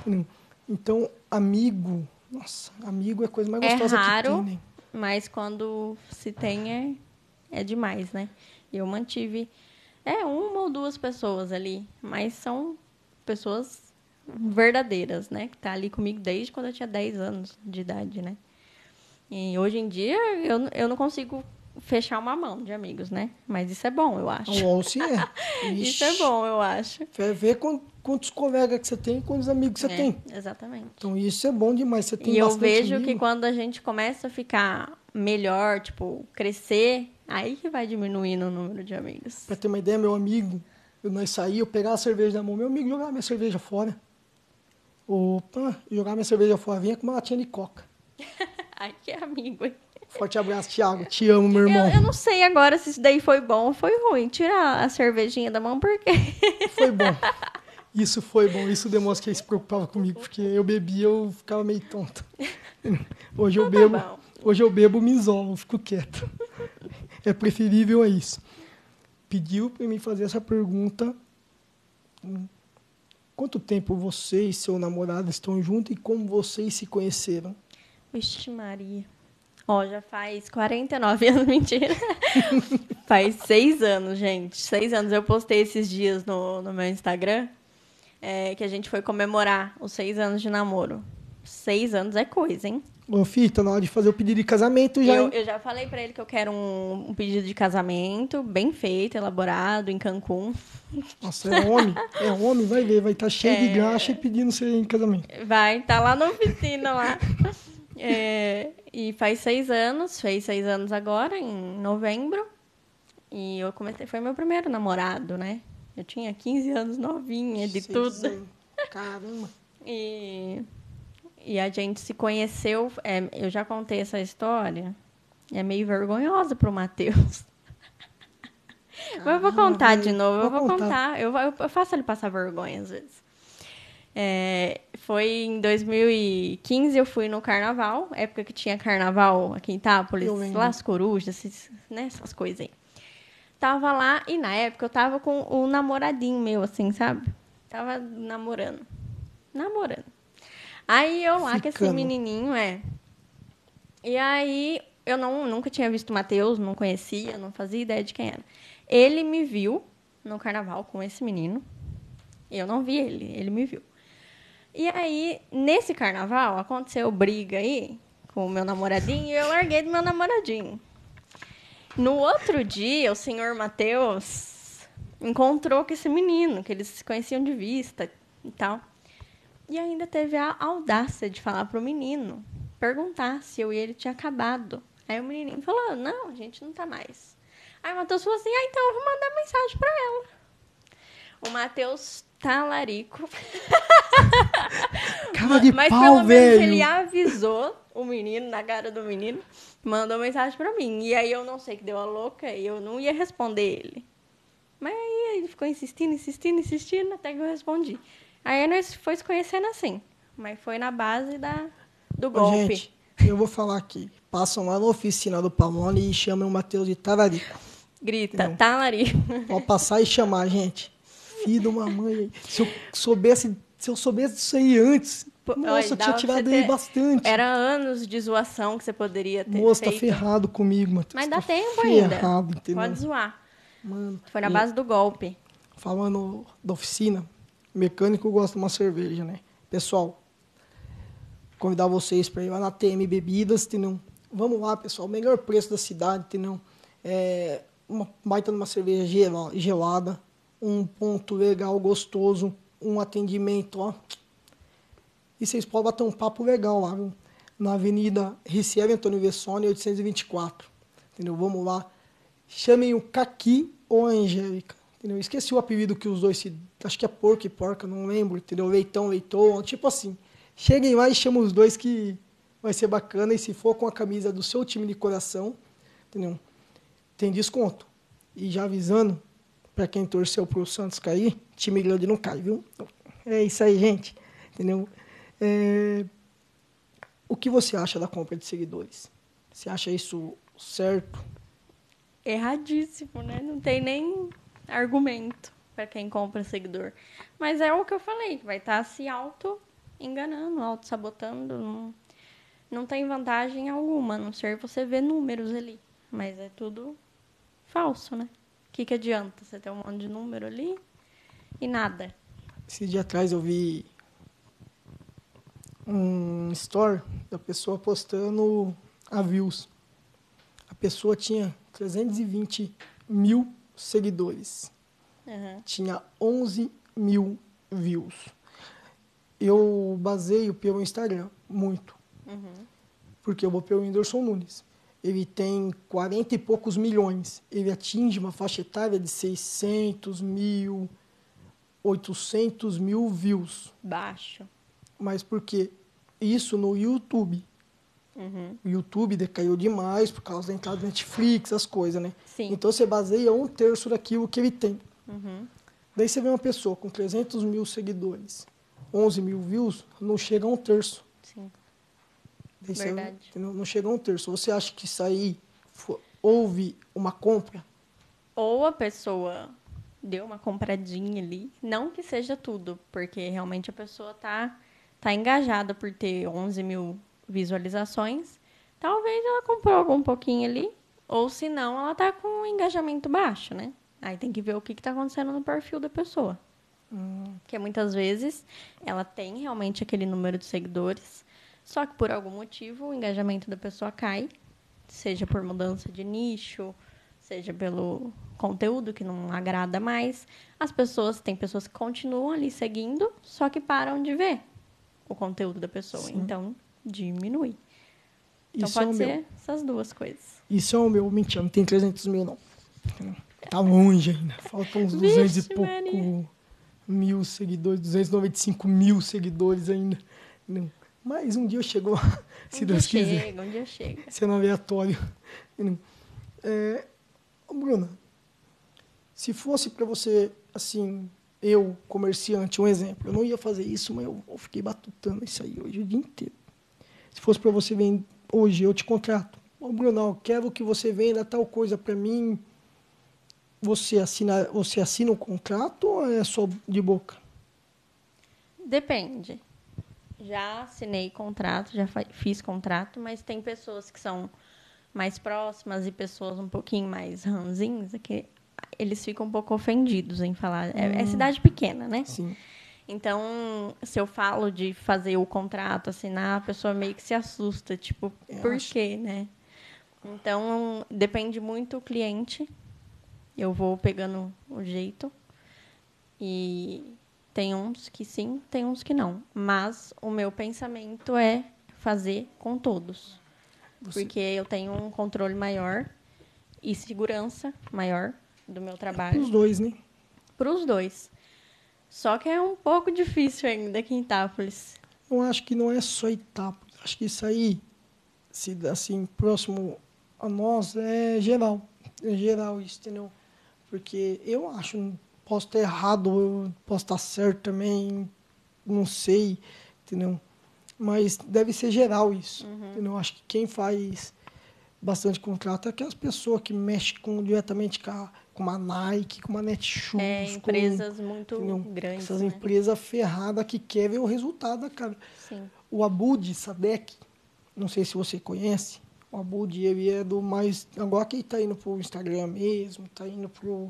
S1: Então, amigo, nossa, amigo é a coisa mais gostosa
S2: é raro,
S1: que tem, né?
S2: Mas quando se tem, é... é demais, né? Eu mantive é uma ou duas pessoas ali, mas são pessoas verdadeiras, né? Que tá ali comigo desde quando eu tinha dez anos de idade, né? E hoje em dia eu, eu não consigo fechar uma mão de amigos, né? Mas isso é bom, eu acho.
S1: Ou se é.
S2: Isso é bom, eu acho.
S1: Vai ver quantos colegas que você tem e quantos amigos você
S2: é,
S1: tem.
S2: Exatamente.
S1: Então isso é bom demais. Você tem
S2: e eu
S1: bastante
S2: vejo
S1: amigo.
S2: que quando a gente começa a ficar melhor, tipo, crescer, aí que vai diminuindo o número de amigos.
S1: Pra ter uma ideia, meu amigo, eu, nós saímos, eu pegava a cerveja da mão, meu amigo jogava minha cerveja fora. Opa, jogava minha cerveja fora, vinha com uma latinha de coca.
S2: Ai, que amigo, hein?
S1: Forte abraço, Thiago. Te amo, meu irmão.
S2: Eu, eu não sei agora se isso daí foi bom ou foi ruim. Tirar a cervejinha da mão, por quê?
S1: Foi bom. Isso foi bom. Isso demonstra que ele se preocupava comigo, porque eu bebia, eu ficava meio tonto. Hoje eu bebo,
S2: tá
S1: hoje eu bebo, me isolo, fico quieto. É preferível a isso. Pediu para mim fazer essa pergunta. Quanto tempo você e seu namorado estão juntos e como vocês se conheceram?
S2: Vixe Maria. Ó, já faz quarenta e nove anos, mentira. Faz seis anos, gente. Seis anos. Eu postei esses dias no, no meu Instagram é, que a gente foi comemorar os seis anos de namoro. Seis anos é coisa, hein?
S1: Ô, Fih, tá na hora de fazer o pedido de casamento já,
S2: Eu,
S1: hein?
S2: eu já falei pra ele que eu quero um, um pedido de casamento bem feito, elaborado, em Cancún.
S1: Nossa, é homem. É homem, vai ver. Vai estar cheio de
S2: É.
S1: graxa e pedindo você em casamento.
S2: Vai estar lá na oficina lá. É, e faz seis anos, fez seis anos agora, em novembro. E eu comecei, foi meu primeiro namorado, né? Eu tinha quinze anos, novinha, de
S1: Seis
S2: tudo.
S1: anos. Caramba.
S2: E, e a gente se conheceu, é, eu já contei essa história, é meio vergonhosa pro Matheus. Mas eu vou
S1: Caramba,
S2: contar
S1: velho.
S2: de novo, eu
S1: Pode
S2: vou
S1: contar.
S2: contar. Eu, eu, eu faço ele passar vergonha às vezes. É, foi em dois mil e quinze, eu fui no carnaval, época que tinha carnaval aqui em Itápolis,
S1: Eu lembro.
S2: lá as corujas, esses, né, essas coisas aí. Tava lá, e na época eu tava com o namoradinho meu, assim, sabe? Tava namorando. Namorando. Aí eu lá, com esse
S1: Ficando.
S2: menininho, é. E aí, eu não, nunca tinha visto o Matheus, não conhecia, não fazia ideia de quem era. Ele me viu no carnaval com esse menino. Eu não vi ele, ele me viu. E aí, nesse carnaval, aconteceu briga aí com o meu namoradinho e eu larguei do meu namoradinho. No outro dia, o senhor Matheus encontrou com esse menino, que eles se conheciam de vista e tal. E ainda teve a audácia de falar pro menino, perguntar se eu e ele tinha acabado. Aí o menininho falou, não, a gente não tá mais. Aí o Matheus falou assim, ah, então eu vou mandar mensagem pra ela. O Matheus talarico.
S1: Cara de
S2: Mas
S1: pau,
S2: pelo menos
S1: velho.
S2: ele avisou o menino, na cara do menino, mandou mensagem pra mim. E aí eu não sei que deu a louca e eu não ia responder ele. Mas aí ele ficou insistindo, insistindo, insistindo, até que eu respondi. Aí nós foi se conhecendo assim. Mas foi na base da, do
S1: Ô,
S2: golpe.
S1: gente, eu vou falar aqui. Passam lá na oficina do Pamone e chamam o Matheus de Tararico.
S2: Grita,
S1: Não.
S2: talarico.
S1: Pode passar e chamar, gente. Filho de uma mãe aí. Se eu soubesse, se eu soubesse disso aí antes,
S2: Pô,
S1: nossa,
S2: olha,
S1: eu tinha
S2: dava pra
S1: tirado
S2: você
S1: aí
S2: ter-
S1: bastante.
S2: Era anos de zoação que você poderia ter
S1: Moço, tá
S2: feito.
S1: ferrado comigo, Matheus.
S2: Mas dá
S1: tá
S2: tempo
S1: ferrado,
S2: ainda.
S1: entendeu?
S2: Pode zoar.
S1: Mano,
S2: Foi na
S1: e
S2: base do golpe.
S1: falando da oficina, mecânico gosta de uma cerveja, né? Pessoal, convidar vocês para ir lá na T M Bebidas, entendeu? Vamos lá, pessoal, o melhor preço da cidade, entendeu? É uma baita numa cerveja gela- gelada, um ponto legal, gostoso, um atendimento, ó. E vocês podem bater um papo legal lá, viu? Na Avenida Ricieli Antônio Vessone, oitocentos e vinte e quatro. Entendeu? Vamos lá. Chamem o Caqui ou a Angélica. Entendeu? Esqueci o apelido que os dois se... Acho que é porco e porca, não lembro. Entendeu? Leitão, leitão, tipo assim. Cheguem lá e chamem os dois que vai ser bacana. E se for com a camisa do seu time de coração, entendeu? Tem desconto. E já avisando, para quem torceu pro Santos cair, time grande não cai, viu? É isso aí, gente. Entendeu? É... O que você acha da compra de seguidores? Você acha isso certo?
S2: Erradíssimo, né? Não tem nem argumento para quem compra seguidor. Mas é o que eu falei, vai estar se auto-enganando, auto-sabotando. Não, não tem vantagem alguma, a não ser você ver números ali. Mas é tudo falso, né? O que, que adianta você ter um monte de número ali e nada?
S1: Esse dia atrás eu vi um story da pessoa postando a views. A pessoa tinha trezentos e vinte mil seguidores.
S2: Uhum.
S1: Tinha onze mil views. Eu baseio pelo Instagram, muito.
S2: Uhum.
S1: Porque eu vou pelo Whindersson Nunes. Ele tem quarenta e poucos milhões. Ele atinge uma faixa etária de seiscentos mil, oitocentos mil views.
S2: Baixo.
S1: Mas por quê? Isso no YouTube.
S2: Uhum.
S1: O YouTube decaiu demais por causa da entrada da Netflix, as coisas, né?
S2: Sim.
S1: Então você baseia um terço daquilo que ele tem.
S2: Uhum.
S1: Daí você vê uma pessoa com trezentos mil seguidores, onze mil views, não chega a um terço.
S2: Sim.
S1: Daí você,
S2: Verdade.
S1: entendeu? Não chega a um terço. Você acha que isso aí fo- houve uma compra?
S2: Ou a pessoa deu uma compradinha ali, não que seja tudo, porque realmente a pessoa tá, tá engajada por ter onze mil visualizações, talvez ela comprou algum pouquinho ali, ou se não, ela tá com um engajamento baixo, né? Aí tem que ver o que que tá acontecendo no perfil da pessoa.
S1: Hum,
S2: Porque muitas vezes ela tem realmente aquele número de seguidores, Só que por algum motivo o engajamento da pessoa cai, seja por mudança de nicho, seja pelo conteúdo que não agrada mais. As pessoas, tem pessoas que continuam ali seguindo, só que param de ver o conteúdo da pessoa. Sim. Então, diminui. Então,
S1: Isso é
S2: pode
S1: o
S2: ser
S1: meu.
S2: essas duas coisas.
S1: Isso é o meu. Mentira, não tem trezentos mil, não. Tá longe ainda. Faltam uns duzentos e pouco Maria. mil seguidores, duzentos e noventa e cinco mil seguidores ainda. Não. Mas um dia eu chego lá, se
S2: um
S1: Deus
S2: dia
S1: quiser.
S2: Chega, um dia chega.
S1: Sendo aleatório. É, Bruna, se fosse para você, assim, eu, comerciante, um exemplo, eu não ia fazer isso, mas eu, eu fiquei batutando isso aí hoje o dia inteiro. Se fosse para você vender, hoje eu te contrato. Ô, Bruno, eu quero que você venda tal coisa para mim. Você assina, você assina o contrato ou é só de boca?
S2: Depende. Já assinei contrato, já fiz contrato, mas tem pessoas que são mais próximas e pessoas um pouquinho mais ranzinhas, que eles ficam um pouco ofendidos em falar. Hum. É, é cidade pequena, né?
S1: Sim.
S2: Então, se eu falo de fazer o contrato, assinar, a pessoa meio que se assusta. Tipo, eu por acho. quê, né? Então, depende muito do cliente. Eu vou pegando o jeito. E tem uns que sim, tem uns que não. Mas o meu pensamento é fazer com todos. Você... Porque eu tenho um controle maior e segurança maior do meu trabalho.
S1: Para os dois, né?
S2: Para os dois. Só que é um pouco difícil ainda aqui em Itápolis.
S1: Eu acho que não é só Itápolis. Acho que isso aí, se assim, próximo a nós, é geral. É geral isso, entendeu? Porque eu acho, posso estar errado, posso estar certo também, não sei, entendeu? Mas deve ser geral isso, uhum. entendeu? Acho que quem faz bastante contrato é aquelas pessoas que mexem com, diretamente com a, com uma Nike, com uma Netshoes.
S2: É, empresas
S1: com,
S2: muito
S1: entendeu?
S2: grandes,
S1: Essas
S2: né?
S1: empresas ferradas que querem ver o resultado, cara.
S2: Sim.
S1: O Abud Sadek, não sei se você conhece, o Abud, ele é do mais... Agora que ele tá indo pro Instagram mesmo, tá indo pro,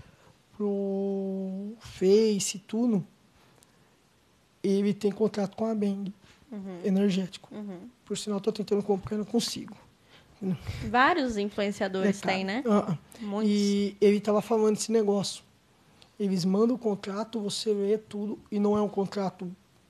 S1: pro Face e tudo, ele tem contrato com a Bang, uhum. energético. Uhum. Por sinal, estou tentando comprar e não consigo.
S2: Vários influenciadores é, têm, né?
S1: Uh-uh.
S2: Muitos.
S1: E ele estava falando desse negócio. Eles mandam o contrato, você lê tudo, e não é um contrato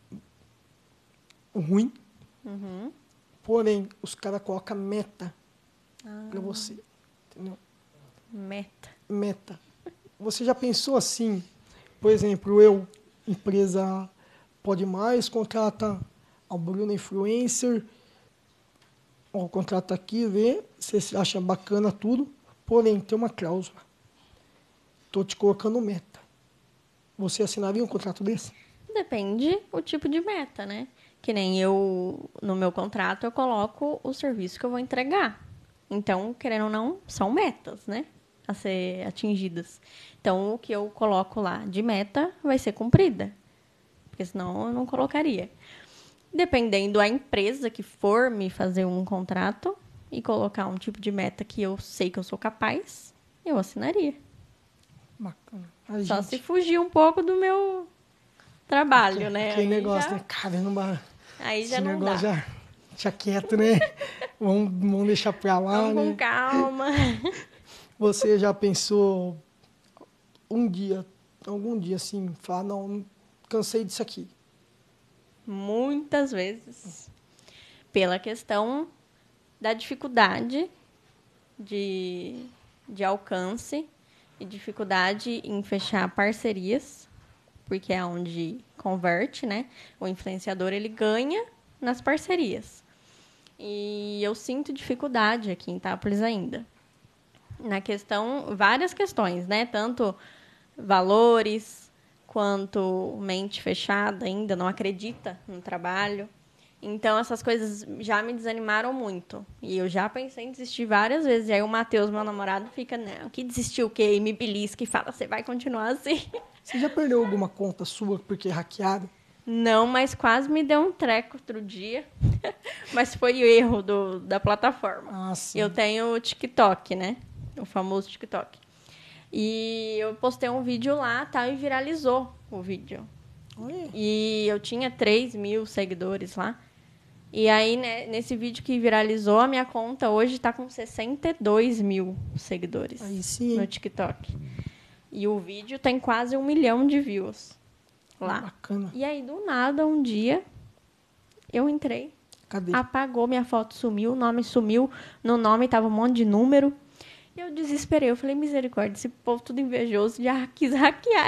S1: ruim.
S2: Uhum.
S1: Porém, os caras colocam meta
S2: ah.
S1: para você. Entendeu?
S2: Meta.
S1: Meta. Você já pensou assim? Por exemplo, eu, empresa Pode Mais, contrata a Bruna Influencer. Ó, o contrato tá aqui, vê, você acha bacana tudo, porém, tem uma cláusula. Estou te colocando meta. Você assinaria um contrato desse?
S2: Depende o tipo de meta, né? Que nem eu, no meu contrato, eu coloco o serviço que eu vou entregar. Então, querendo ou não, são metas, né? A ser atingidas. Então, o que eu coloco lá de meta vai ser cumprida. Porque senão eu não colocaria. Dependendo da empresa que for me fazer um contrato e colocar um tipo de meta que eu sei que eu sou capaz, eu assinaria.
S1: Bacana.
S2: A Só gente... se fugir um pouco do meu trabalho,
S1: que,
S2: né?
S1: Aquele
S2: Aí
S1: negócio,
S2: já...
S1: né? Caramba.
S2: Aí já
S1: esse
S2: não
S1: negócio
S2: dá.
S1: já deixa quieto, né? vamos, vamos deixar pra lá,
S2: vamos
S1: né?
S2: com calma.
S1: Você já pensou um dia, algum dia assim, falar, não, cansei disso aqui?
S2: Muitas vezes. Pela questão da dificuldade de, de alcance e dificuldade em fechar parcerias, porque é onde converte, né? O influenciador, ele ganha nas parcerias. E eu sinto dificuldade aqui em Itápolis ainda. Na questão, várias questões, né? Tanto valores, quanto mente fechada ainda, não acredita no trabalho. Então, essas coisas já me desanimaram muito. E eu já pensei em desistir várias vezes. E aí o Matheus, meu namorado, fica, não, que desistiu o quê? E me belisca e fala, você vai continuar assim.
S1: Você já perdeu alguma conta sua porque hackearam?
S2: Não, mas quase me deu um treco outro dia. Mas foi o erro do, da plataforma.
S1: Ah, sim.
S2: Eu tenho o TikTok, né? O famoso TikTok. E eu postei um vídeo lá, tá? E viralizou o vídeo.
S1: Oi.
S2: E eu tinha três mil seguidores lá. E aí, né, nesse vídeo que viralizou, a minha conta hoje tá com sessenta e dois mil seguidores.
S1: Aí sim.
S2: No TikTok. E o vídeo tem quase um milhão de views lá.
S1: Bacana.
S2: E aí, do nada, um dia, eu entrei.
S1: Cadê?
S2: Apagou, minha foto sumiu, o nome sumiu. No nome tava um monte de número. E eu desesperei. Eu falei, misericórdia, esse povo tudo invejoso já quis hackear.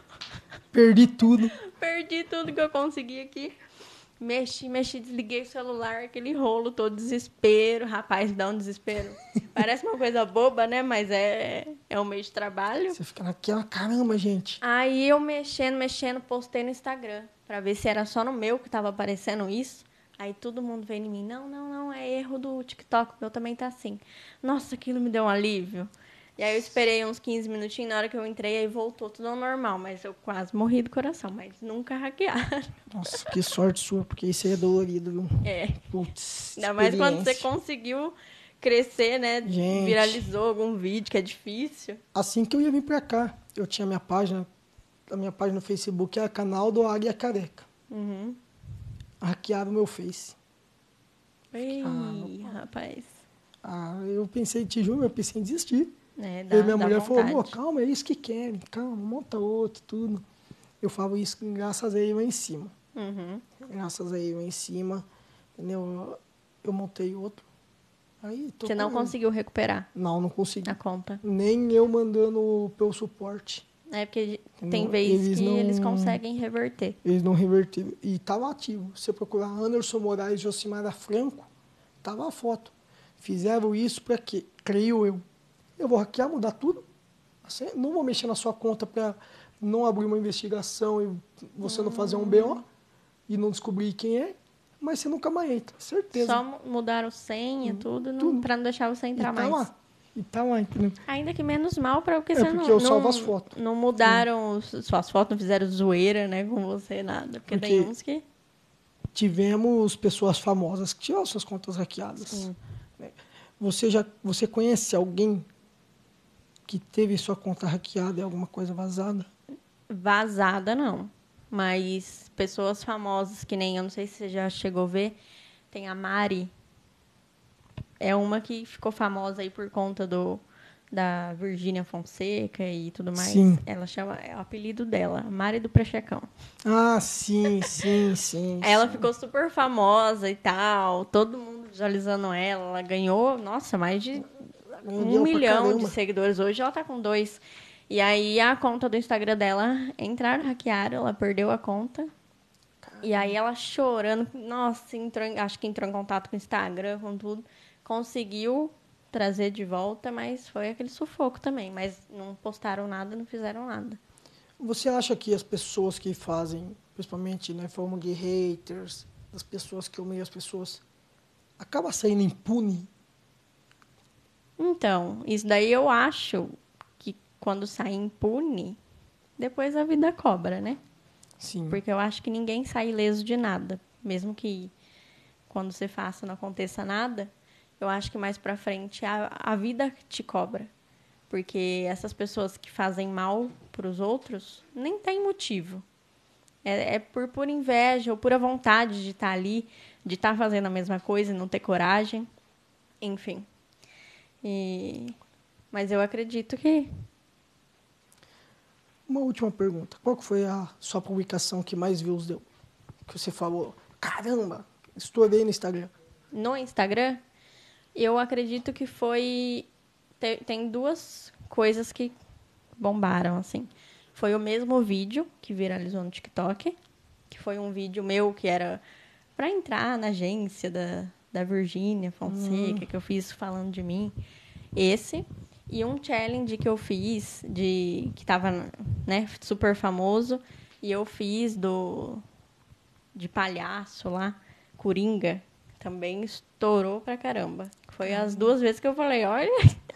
S1: Perdi tudo.
S2: Perdi tudo que eu consegui aqui. Mexi, mexi, desliguei o celular, aquele rolo todo, desespero. Rapaz, dá um desespero. Parece uma coisa boba, né? Mas é, é um meio de trabalho.
S1: Você fica naquela, caramba, gente.
S2: Aí eu mexendo, mexendo, postei no Instagram. Pra ver se era só no meu que tava aparecendo isso. Aí todo mundo veio em mim. Não, não, não, é erro do TikTok. O meu também tá assim. Nossa, aquilo me deu um alívio. E aí eu esperei uns quinze minutinhos, na hora que eu entrei, aí voltou tudo ao normal. Mas eu quase morri do coração, mas nunca hackearam.
S1: Nossa, que sorte sua, porque isso aí é dolorido, viu?
S2: É.
S1: Putz,
S2: Ainda mais quando você
S1: experiência.
S2: conseguiu crescer, né?
S1: Gente.
S2: Viralizou algum vídeo, que é difícil.
S1: Assim que eu ia vir pra cá, eu tinha minha página, a minha página no Facebook é canal do Águia Careca.
S2: Uhum.
S1: Hackearam o meu Face.
S2: Ih,
S1: Ah,
S2: rapaz.
S1: Ah, eu pensei, te juro, eu pensei em desistir.
S2: É, dá,
S1: E minha
S2: dá
S1: mulher
S2: vontade.
S1: falou, "Pô, calma, é isso que querem, calma, monta outro, tudo." Eu falo isso graças a eu em cima.
S2: Uhum.
S1: Graças a eu em cima, entendeu? Eu, eu montei outro. Aí, tô
S2: Você não
S1: com-
S2: conseguiu recuperar
S1: Não, não consegui.
S2: a conta.
S1: Nem eu mandando pelo suporte.
S2: É porque tem
S1: Não,
S2: vezes
S1: eles
S2: que
S1: não-
S2: eles conseguem reverter.
S1: Eles não reverteram. E tava ativo. Se você procurar Anderson Moraes e Josimara Franco, tava a foto. Fizeram isso para quê? Creio eu. Eu vou hackear, mudar tudo. Assim, não vou mexer na sua conta para não abrir uma investigação e você não fazer um B O e não descobrir quem é, mas você nunca mais entra, certeza.
S2: Só mu- mudaram senha, tudo, não,
S1: tudo.
S2: pra não deixar você
S1: e
S2: entrar
S1: tá
S2: mais.
S1: lá. E tá lá, entendeu?
S2: Ainda que menos mal, pra porque
S1: É,
S2: você
S1: porque
S2: não,
S1: eu salvo
S2: não,
S1: as fotos.
S2: não mudaram os- suas fotos, não fizeram zoeira, né, com você, nada. Porque, tem
S1: Porque-
S2: uns que...
S1: Tivemos pessoas famosas que tiveram suas contas hackeadas.
S2: Sim.
S1: Né? Você já você conhece alguém que teve sua conta hackeada e alguma coisa vazada?
S2: Vazada, não. Mas pessoas famosas, que nem, eu não sei se você já chegou a ver, tem a Mari. É uma que ficou famosa aí por conta do da Virgínia Fonseca e tudo mais.
S1: Sim.
S2: Ela chama, é o apelido dela, Mari do Prechecão.
S1: Ah, sim, sim, sim.
S2: Ela
S1: sim.
S2: ficou super famosa e tal, todo mundo visualizando ela. Ela ganhou, nossa, mais de
S1: Ganhou
S2: um
S1: pra
S2: milhão de
S1: caramba.
S2: seguidores. Hoje ela tá com dois. E aí a conta do Instagram dela entraram, hackearam, ela perdeu a conta. E aí ela chorando, nossa, entrou em- acho que entrou em contato com o Instagram, com tudo. Conseguiu trazer de volta, mas foi aquele sufoco também. Mas não postaram nada, não fizeram nada.
S1: Você acha que as pessoas que fazem, principalmente, né, formam gay haters, as pessoas que humilham as pessoas, acaba saindo impune?
S2: Então, isso daí eu acho que quando sai impune, depois a vida cobra, né?
S1: Sim.
S2: Porque eu acho que ninguém sai ileso de nada. Mesmo que quando você faça não aconteça nada, eu acho que mais pra frente a, a vida te cobra. Porque essas pessoas que fazem mal pros outros, nem tem motivo. É, é por pura inveja ou pura vontade de estar ali, de estar fazendo a mesma coisa e não ter coragem. Enfim. E... Mas eu acredito que...
S1: Uma última pergunta. Qual que foi a sua publicação que mais views deu? Que você falou, caramba, estourei no Instagram.
S2: No Instagram, eu acredito que foi... Tem, tem duas coisas que bombaram, assim. Foi o mesmo vídeo que viralizou no TikTok, que foi um vídeo meu que era para entrar na agência da, da Virgínia Fonseca,
S1: Hum.
S2: que eu fiz falando de mim. Esse. E um challenge que eu fiz, de que tava, né, super famoso, e eu fiz do de palhaço lá, Coringa, também estourou pra caramba. Foi as duas vezes que eu falei, olha...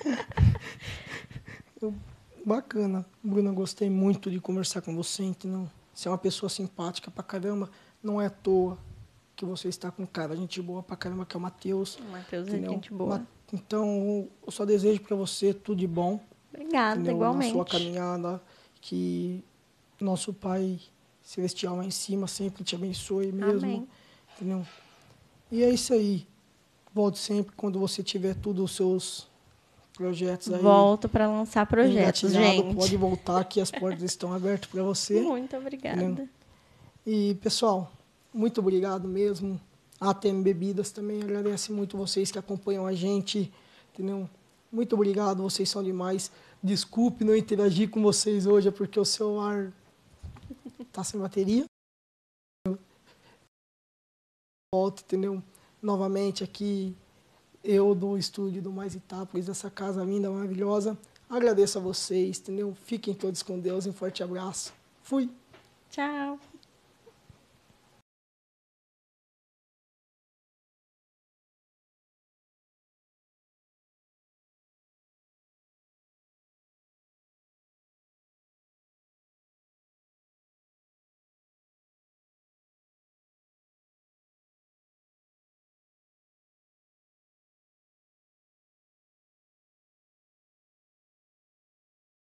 S1: Bacana. Bruna, gostei muito de conversar com você, entendeu? Você é uma pessoa simpática pra caramba. Não é à toa que você está com um cara, gente boa pra caramba, que é o Matheus.
S2: O Matheus é
S1: entendeu?
S2: gente boa.
S1: Ma- Então, eu só desejo pra você tudo de bom.
S2: Obrigada,
S1: entendeu?
S2: igualmente.
S1: Na sua caminhada, que nosso Pai Celestial lá em cima sempre te abençoe mesmo.
S2: Amém.
S1: Entendeu? E é isso aí. Volte sempre quando você tiver tudo os seus projetos aí.
S2: Volto para lançar projetos, gente.
S1: Pode voltar, que as portas estão abertas para você.
S2: Muito obrigada.
S1: Entendeu? E, pessoal, muito obrigado mesmo. A T M Bebidas também agradece muito vocês que acompanham a gente. Entendeu? Muito obrigado, vocês são demais. Desculpe não interagir com vocês hoje, é porque o celular tá sem bateria. Volto, entendeu? Novamente aqui, eu do estúdio do Mais Itápolis, dessa casa linda, maravilhosa. Agradeço a vocês, entendeu? Fiquem todos com Deus, um forte abraço. Fui!
S2: Tchau!